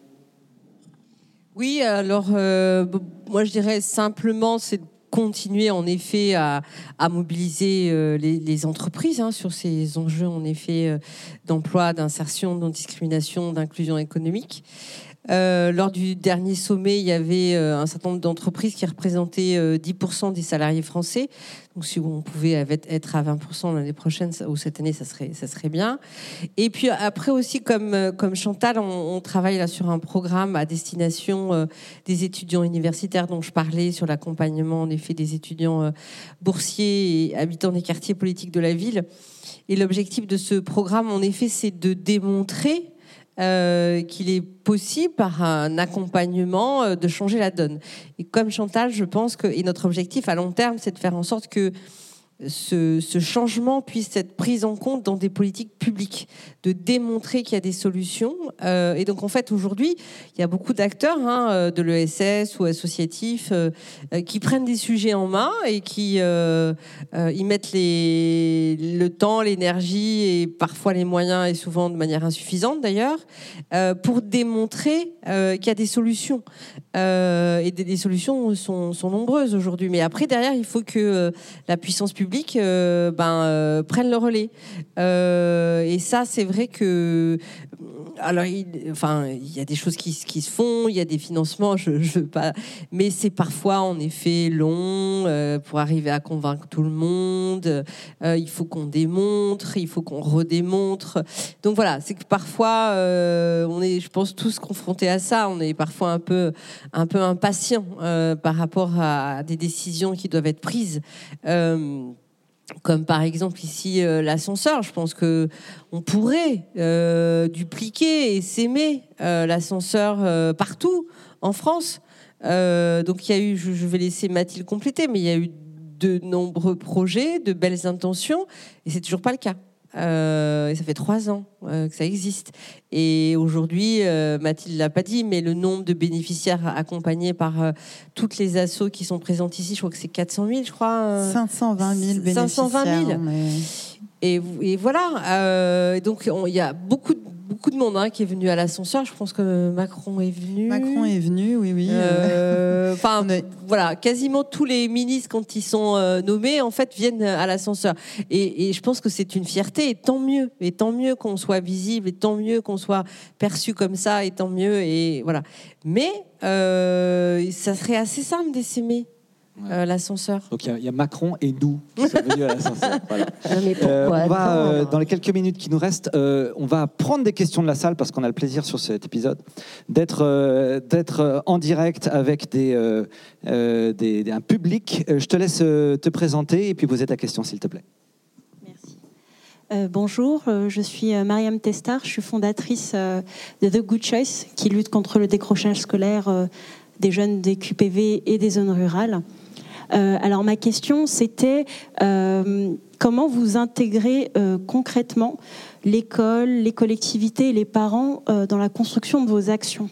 [SPEAKER 4] Oui, alors euh, moi je dirais simplement, c'est de continuer en effet à, à mobiliser euh, les, les entreprises hein, sur ces enjeux en effet euh, d'emploi, d'insertion, de non-discrimination, d'inclusion économique. Euh, lors du dernier sommet, il y avait euh, un certain nombre d'entreprises qui représentaient euh, dix pour cent des salariés français. Donc, si on pouvait être à vingt pour cent l'année prochaine ou cette année, ça serait, ça serait bien. Et puis après aussi, comme, comme Chantal, on, on travaille là sur un programme à destination euh, des étudiants universitaires dont je parlais, sur l'accompagnement en effet des étudiants euh, boursiers et habitants des quartiers politiques de la ville. Et l'objectif de ce programme, en effet, c'est de démontrer Euh, qu'il est possible, par un accompagnement, euh, de changer la donne. Et comme Chantal, je pense que, et notre objectif à long terme, c'est de faire en sorte que ce, ce changement puisse être pris en compte dans des politiques publiques, de démontrer qu'il y a des solutions. Euh, et donc, en fait, aujourd'hui, il y a beaucoup d'acteurs hein, de l'E S S ou associatifs euh, qui prennent des sujets en main et qui euh, euh, y mettent les, le temps, l'énergie et parfois les moyens, et souvent de manière insuffisante d'ailleurs, euh, pour démontrer euh, qu'il y a des solutions. Euh, et des, des solutions sont, sont nombreuses aujourd'hui. Mais après, derrière, il faut que euh, la puissance publique publics euh, ben, euh, prennent le relais. Euh, et ça, c'est vrai que... Alors, il, enfin, il y a des choses qui, qui se font, il y a des financements, je, je veux pas... Mais c'est parfois, en effet, long euh, pour arriver à convaincre tout le monde. Euh, il faut qu'on démontre, il faut qu'on redémontre. Donc voilà, c'est que parfois, euh, on est, je pense, tous confrontés à ça. On est parfois un peu, un peu impatients euh, par rapport à des décisions qui doivent être prises. Euh, Comme par exemple ici euh, l'ascenseur, je pense que on pourrait euh, dupliquer et s'aimer euh, l'ascenseur euh, partout en France. Euh, donc il y a eu, je, je vais laisser Mathilde compléter, mais il y a eu de nombreux projets, de belles intentions, et c'est toujours pas le cas. Euh, et ça fait trois ans euh, que ça existe. Et aujourd'hui, euh, Mathilde l'a pas dit, mais le nombre de bénéficiaires accompagnés par euh, toutes les assos qui sont présentes ici, je crois que c'est quatre cent mille, je crois. Euh,
[SPEAKER 3] cinq cent vingt mille bénéficiaires.
[SPEAKER 4] cinq cent vingt mille.
[SPEAKER 3] Mais...
[SPEAKER 4] Et, et voilà. Euh, donc il y a beaucoup de Beaucoup de monde hein, qui est venu à l'ascenseur. Je pense que Macron est venu.
[SPEAKER 3] Macron est venu, oui, oui.
[SPEAKER 4] Enfin,
[SPEAKER 3] euh... est...
[SPEAKER 4] voilà, quasiment tous les ministres, quand ils sont euh, nommés, en fait, viennent à l'ascenseur. Et, et je pense que c'est une fierté, et tant mieux. Et tant mieux qu'on soit visible, et tant mieux qu'on soit perçu comme ça, et tant mieux. Et voilà. Mais euh, ça serait assez simple d'essaimer. Ouais. Euh, l'ascenseur.
[SPEAKER 1] Donc il y, y a Macron et nous qui sommes venus à l'ascenseur. Voilà.
[SPEAKER 2] Non, mais pourquoi,
[SPEAKER 1] euh, on va, euh,
[SPEAKER 2] attends,
[SPEAKER 1] dans les quelques minutes qui nous restent, euh, on va prendre des questions de la salle parce qu'on a le plaisir sur cet épisode d'être, euh, d'être en direct avec des, euh, euh, des, des, un public. Je te laisse euh, te présenter et puis poser ta question s'il te plaît.
[SPEAKER 5] Merci. Euh, bonjour, euh, je suis euh, Mariam Testar, je suis fondatrice euh, de The Good Choice qui lutte contre le décrochage scolaire euh, des jeunes des Q P V et des zones rurales. Euh, alors ma question c'était euh, comment vous intégrez euh, concrètement l'école, les collectivités et les parents euh, dans la construction de vos actions?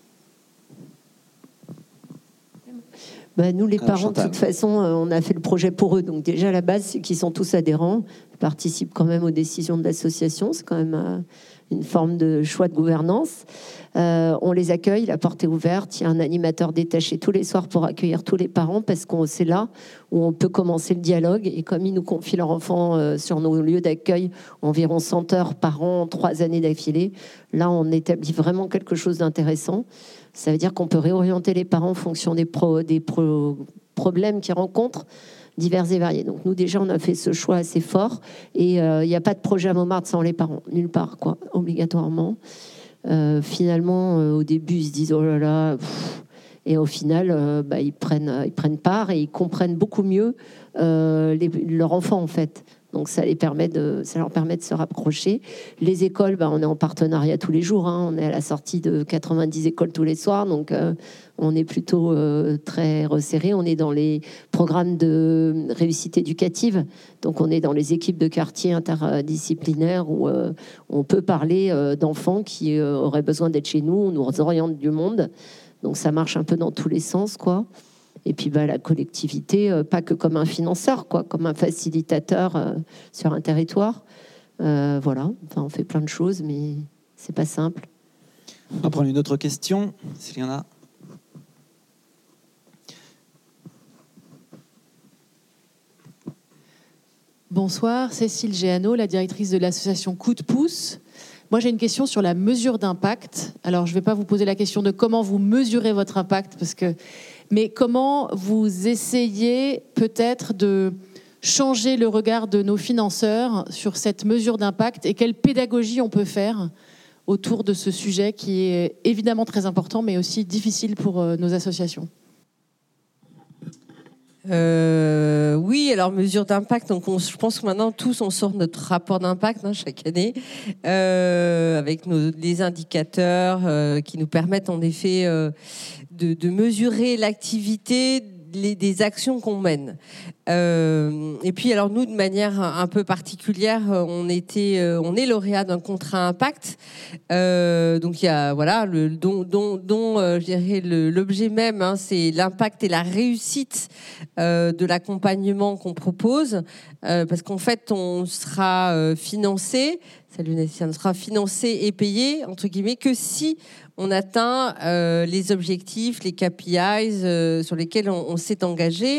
[SPEAKER 2] Bah, nous les
[SPEAKER 1] Alors,
[SPEAKER 2] parents
[SPEAKER 1] Chantal.
[SPEAKER 2] de toute façon euh, on a fait le projet pour eux, donc déjà à la base c'est qu'ils sont tous adhérents, ils participent quand même aux décisions de l'association, c'est quand même euh, une forme de choix de gouvernance. Euh, on les accueille, la porte est ouverte, il y a un animateur détaché tous les soirs pour accueillir tous les parents parce que c'est là où on peut commencer le dialogue. Et comme ils nous confient leur enfant euh, sur nos lieux d'accueil, environ cent heures par an, trois années d'affilée, là on établit vraiment quelque chose d'intéressant. Ça veut dire qu'on peut réorienter les parents en fonction des, pro, des pro, problèmes qu'ils rencontrent, divers et variés. Donc nous déjà on a fait ce choix assez fort et il euh, n'y a pas de projet à Montmartre sans les parents, nulle part quoi, obligatoirement. Euh, finalement euh, au début ils se disent oh là là pff, et au final euh, bah, ils, prennent, ils prennent part et ils comprennent beaucoup mieux euh, les, leur enfant en fait. Donc ça, les permet de, ça leur permet de se rapprocher. Les écoles, bah, on est en partenariat tous les jours. Hein. On est à la sortie de quatre-vingt-dix écoles tous les soirs. Donc euh, on est plutôt euh, très resserré. On est dans les programmes de réussite éducative. Donc on est dans les équipes de quartier interdisciplinaires où euh, on peut parler euh, d'enfants qui euh, auraient besoin d'être chez nous. On nous oriente du monde. Donc ça marche un peu dans tous les sens, quoi. Et puis bah, la collectivité, euh, pas que comme un financeur, quoi, comme un facilitateur euh, sur un territoire. Euh, voilà, enfin, on fait plein de choses, mais c'est pas simple.
[SPEAKER 1] On va prendre une autre question, s'il y en a.
[SPEAKER 6] Bonsoir, Cécile Géano, la directrice de l'association Coup de pouce. Moi, j'ai une question sur la mesure d'impact. Alors, je ne vais pas vous poser la question de comment vous mesurez votre impact, parce que... mais comment vous essayez peut-être de changer le regard de nos financeurs sur cette mesure d'impact et quelle pédagogie on peut faire autour de ce sujet qui est évidemment très important, mais aussi difficile pour nos associations.
[SPEAKER 4] Euh, oui, alors mesure d'impact. Donc, on, je pense que maintenant tous on sort notre rapport d'impact hein, chaque année euh, avec nos, les indicateurs euh, qui nous permettent en effet euh, de, de mesurer l'activité les, des actions qu'on mène. Euh, et puis, alors nous, de manière un peu particulière, on était, on est lauréat d'un contrat impact. Euh, donc il y a voilà le dont, dont, dont euh, je dirais le, l'objet même, hein, c'est l'impact et la réussite euh, de l'accompagnement qu'on propose, euh, parce qu'en fait, on sera euh, financé. Salut Nessia, on sera financé et payé entre guillemets que si on atteint euh, les objectifs, les K P Is euh, sur lesquels on, on s'est engagé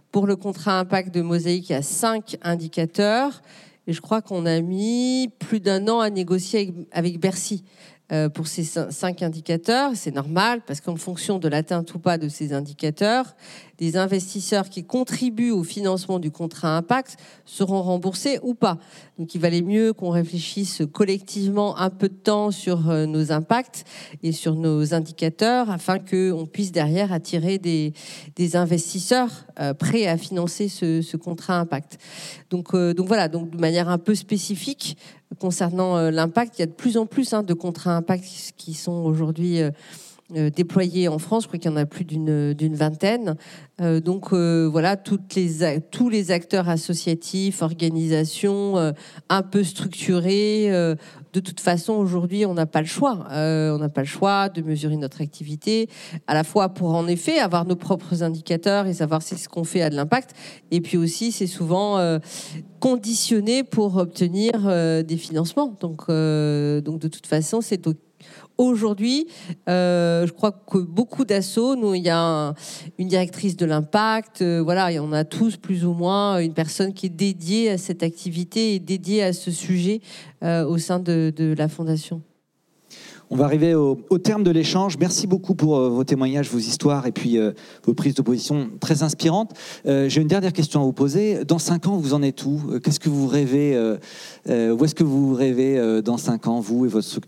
[SPEAKER 4] Pour le contrat impact de Mosaïque, il y a cinq indicateurs. Et je crois qu'on a mis plus d'un an à négocier avec, avec Bercy. Euh, pour ces cinq indicateurs, c'est normal parce qu'en fonction de l'atteinte ou pas de ces indicateurs, les investisseurs qui contribuent au financement du contrat impact seront remboursés ou pas. Donc il valait mieux qu'on réfléchisse collectivement un peu de temps sur euh, nos impacts et sur nos indicateurs afin qu'on puisse derrière attirer des, des investisseurs euh, prêts à financer ce, ce contrat impact. Donc, euh, donc voilà, donc de manière un peu spécifique, concernant euh, l'impact, il y a de plus en plus hein, de contrats impact qui sont aujourd'hui euh, euh, déployés en France. Je crois qu'il y en a plus d'une, d'une vingtaine. Euh, donc euh, voilà, toutes les, tous les acteurs associatifs, organisations euh, un peu structurés. Euh, de toute façon, aujourd'hui, on n'a pas le choix. Euh, on n'a pas le choix de mesurer notre activité, à la fois pour en effet avoir nos propres indicateurs et savoir si ce qu'on fait a de l'impact. Et puis aussi, c'est souvent euh, conditionné pour obtenir euh, des financements. Donc, euh, donc de toute façon, c'est au Aujourd'hui, euh, je crois que beaucoup d'assos, nous, il y a un, une directrice de l'impact, euh, voilà, et on a tous plus ou moins une personne qui est dédiée à cette activité et dédiée à ce sujet euh, au sein de, de la Fondation.
[SPEAKER 1] On va arriver au, au terme de l'échange. Merci beaucoup pour euh, vos témoignages, vos histoires et puis euh, vos prises de position très inspirantes. Euh, j'ai une dernière question à vous poser. Dans cinq ans, vous en êtes où ? Qu'est-ce que vous rêvez euh, euh, Où est-ce que vous rêvez euh, dans cinq ans, vous et votre structure ?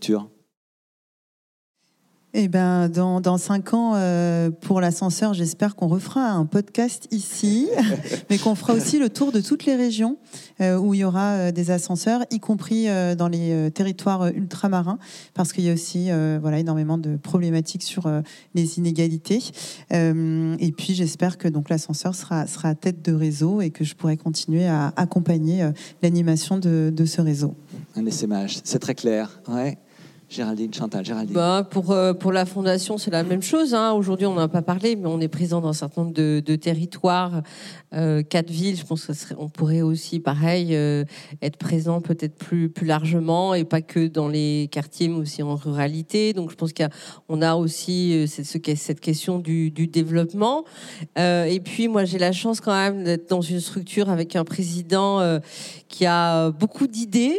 [SPEAKER 3] Eh ben, dans, dans cinq ans, euh, pour l'ascenseur, j'espère qu'on refera un podcast ici, mais qu'on fera aussi le tour de toutes les régions euh, où il y aura euh, des ascenseurs, y compris euh, dans les euh, territoires ultramarins, parce qu'il y a aussi euh, voilà, énormément de problématiques sur euh, les inégalités. Euh, et puis, j'espère que donc, l'ascenseur sera, sera à tête de réseau et que je pourrai continuer à accompagner euh, l'animation de, de ce réseau.
[SPEAKER 1] Un essaimage, c'est très clair. Ouais. Géraldine, Chantal, Géraldine.
[SPEAKER 4] Bah, pour, euh, pour la Fondation, c'est la même chose. Hein. Aujourd'hui, on n'en a pas parlé, mais on est présent dans un certain nombre de, de territoires, euh, quatre villes. Je pense qu'on pourrait aussi, pareil, euh, être présent peut-être plus, plus largement, et pas que dans les quartiers, mais aussi en ruralité. Donc, je pense qu'on a, a aussi euh, cette, cette question du, du développement. Euh, et puis, moi, j'ai la chance quand même d'être dans une structure avec un président euh, qui a beaucoup d'idées.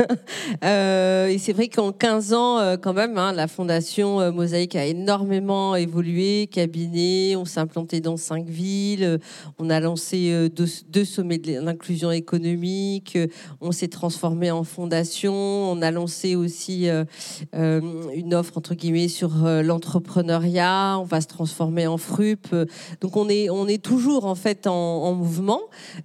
[SPEAKER 4] euh, et c'est vrai qu'en quinze ans, quand même, hein, la Fondation Mosaïque a énormément évolué, cabinet, on s'est implanté dans cinq villes, on a lancé deux, deux sommets de l'inclusion économique, on s'est transformé en fondation, on a lancé aussi euh, une offre entre guillemets sur l'entrepreneuriat, on va se transformer en F R U P, donc on est, on est toujours en fait en, en mouvement.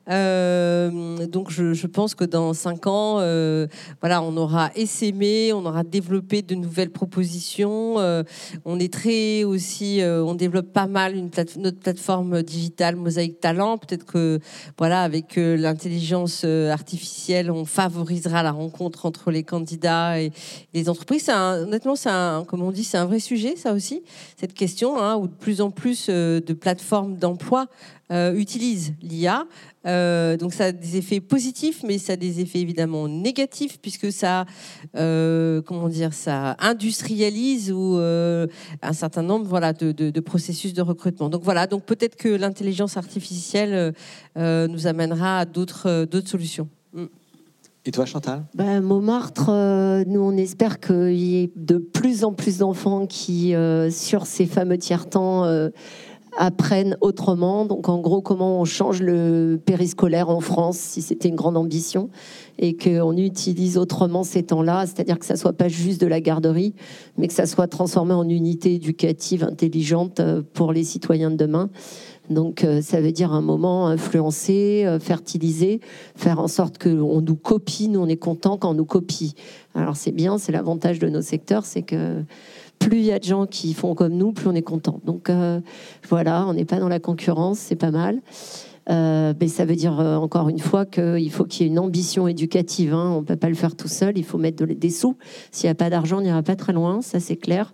[SPEAKER 4] Euh, donc je, je pense que dans cinq ans, euh, voilà, on aura essaimé, on aura développé de nouvelles propositions. Euh, on est très aussi, euh, on développe pas mal une plate- notre plateforme digitale Mosaïque Talent. Peut-être que voilà, avec euh, l'intelligence euh, artificielle, on favorisera la rencontre entre les candidats et, et les entreprises. C'est un, honnêtement, c'est un, comme on dit, c'est un vrai sujet, ça aussi, cette question, hein, où de plus en plus euh, de plateformes d'emploi euh, utilisent l'I A. Euh, donc ça a des effets positifs, mais ça a des effets évidemment négatifs, puisque ça, euh, comment dire, ça industrialise ou euh, un certain nombre, voilà, de, de, de processus de recrutement. Donc voilà, donc peut-être que l'intelligence artificielle euh, nous amènera à d'autres, euh, d'autres solutions. Mm.
[SPEAKER 1] Et toi, Chantal ?
[SPEAKER 2] Ben, Montmartre, euh, nous, on espère qu'il y ait de plus en plus d'enfants qui, euh, sur ces fameux tiers-temps, euh, apprennent autrement. Donc, en gros, comment on change le périscolaire en France, si c'était une grande ambition, et qu'on utilise autrement ces temps-là, c'est-à-dire que ça soit pas juste de la garderie, mais que ça soit transformé en unité éducative intelligente pour les citoyens de demain. Donc, euh, ça veut dire un moment influencer, euh, fertiliser, faire en sorte qu'on nous copie. Nous, on est content quand on nous copie. Alors, c'est bien, c'est l'avantage de nos secteurs, c'est que plus il y a de gens qui font comme nous, plus on est content. Donc, euh, voilà, on n'est pas dans la concurrence, c'est pas mal. Euh, mais ça veut dire, euh, encore une fois, qu'il faut qu'il y ait une ambition éducative. Hein. On ne peut pas le faire tout seul, il faut mettre de, des sous. S'il n'y a pas d'argent, on n'ira pas très loin, ça c'est clair.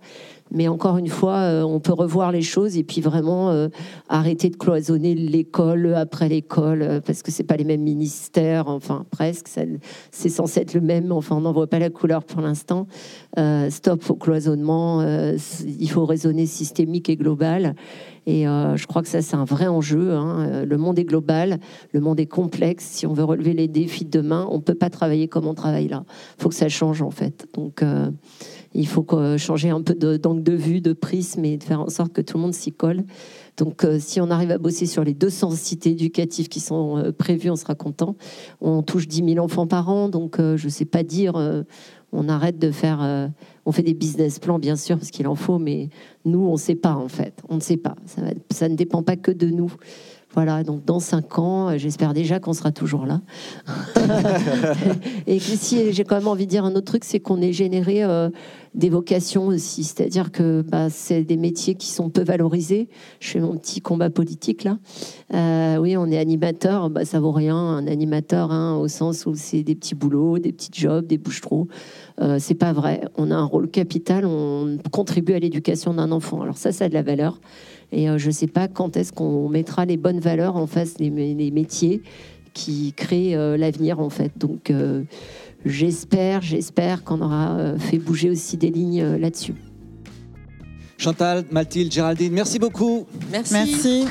[SPEAKER 2] Mais encore une fois, euh, on peut revoir les choses et puis vraiment euh, arrêter de cloisonner l'école après l'école, euh, parce que c'est pas les mêmes ministères, enfin presque, ça, c'est censé être le même, enfin on n'en voit pas la couleur pour l'instant. Euh, stop au cloisonnement, euh, il faut raisonner systémique et global. Et euh, je crois que ça, c'est un vrai enjeu. Hein. Le monde est global, le monde est complexe. Si on veut relever les défis de demain, on ne peut pas travailler comme on travaille là. Il faut que ça change, en fait. Donc, euh, il faut changer un peu de, d'angle de vue, de prisme, et de faire en sorte que tout le monde s'y colle. Donc, euh, si on arrive à bosser sur les deux cents cités éducatives qui sont euh, prévues, on sera content. On touche dix mille enfants par an, donc euh, je ne sais pas dire... Euh, on arrête de faire... Euh, on fait des business plans, bien sûr, parce qu'il en faut, mais nous, on ne sait pas, en fait. On ne sait pas. Ça, va, ça ne dépend pas que de nous. Voilà, donc dans cinq ans, j'espère déjà qu'on sera toujours là. Et que si j'ai quand même envie de dire un autre truc, c'est qu'on ait généré euh, des vocations aussi. C'est-à-dire que bah, c'est des métiers qui sont peu valorisés. Je fais mon petit combat politique là. Euh, oui, on est animateur, bah, ça vaut rien. Un animateur, hein, au sens où c'est des petits boulots, des petits jobs, des bouches-trous. Euh, c'est pas vrai. On a un rôle capital. On contribue à l'éducation d'un enfant. Alors ça, ça a de la valeur. Et euh, je ne sais pas quand est-ce qu'on mettra les bonnes valeurs en face des les métiers qui créent euh, l'avenir, en fait. Donc, euh, j'espère, j'espère qu'on aura euh, fait bouger aussi des lignes euh, là-dessus.
[SPEAKER 1] Chantal, Mathilde, Géraldine, merci beaucoup.
[SPEAKER 4] Merci.
[SPEAKER 3] Merci.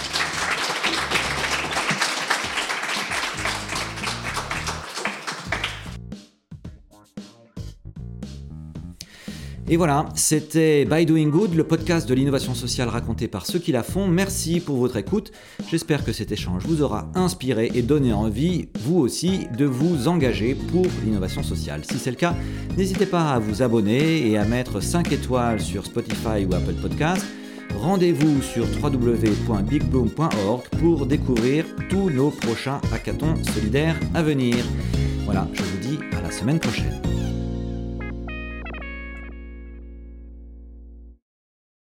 [SPEAKER 1] Et voilà, c'était By Doing Good, le podcast de l'innovation sociale raconté par ceux qui la font. Merci pour votre écoute. J'espère que cet échange vous aura inspiré et donné envie, vous aussi, de vous engager pour l'innovation sociale. Si c'est le cas, n'hésitez pas à vous abonner et à mettre cinq étoiles sur Spotify ou Apple Podcasts. Rendez-vous sur w w w point big bloom point org pour découvrir tous nos prochains hackathons solidaires à venir. Voilà, je vous dis à la semaine prochaine.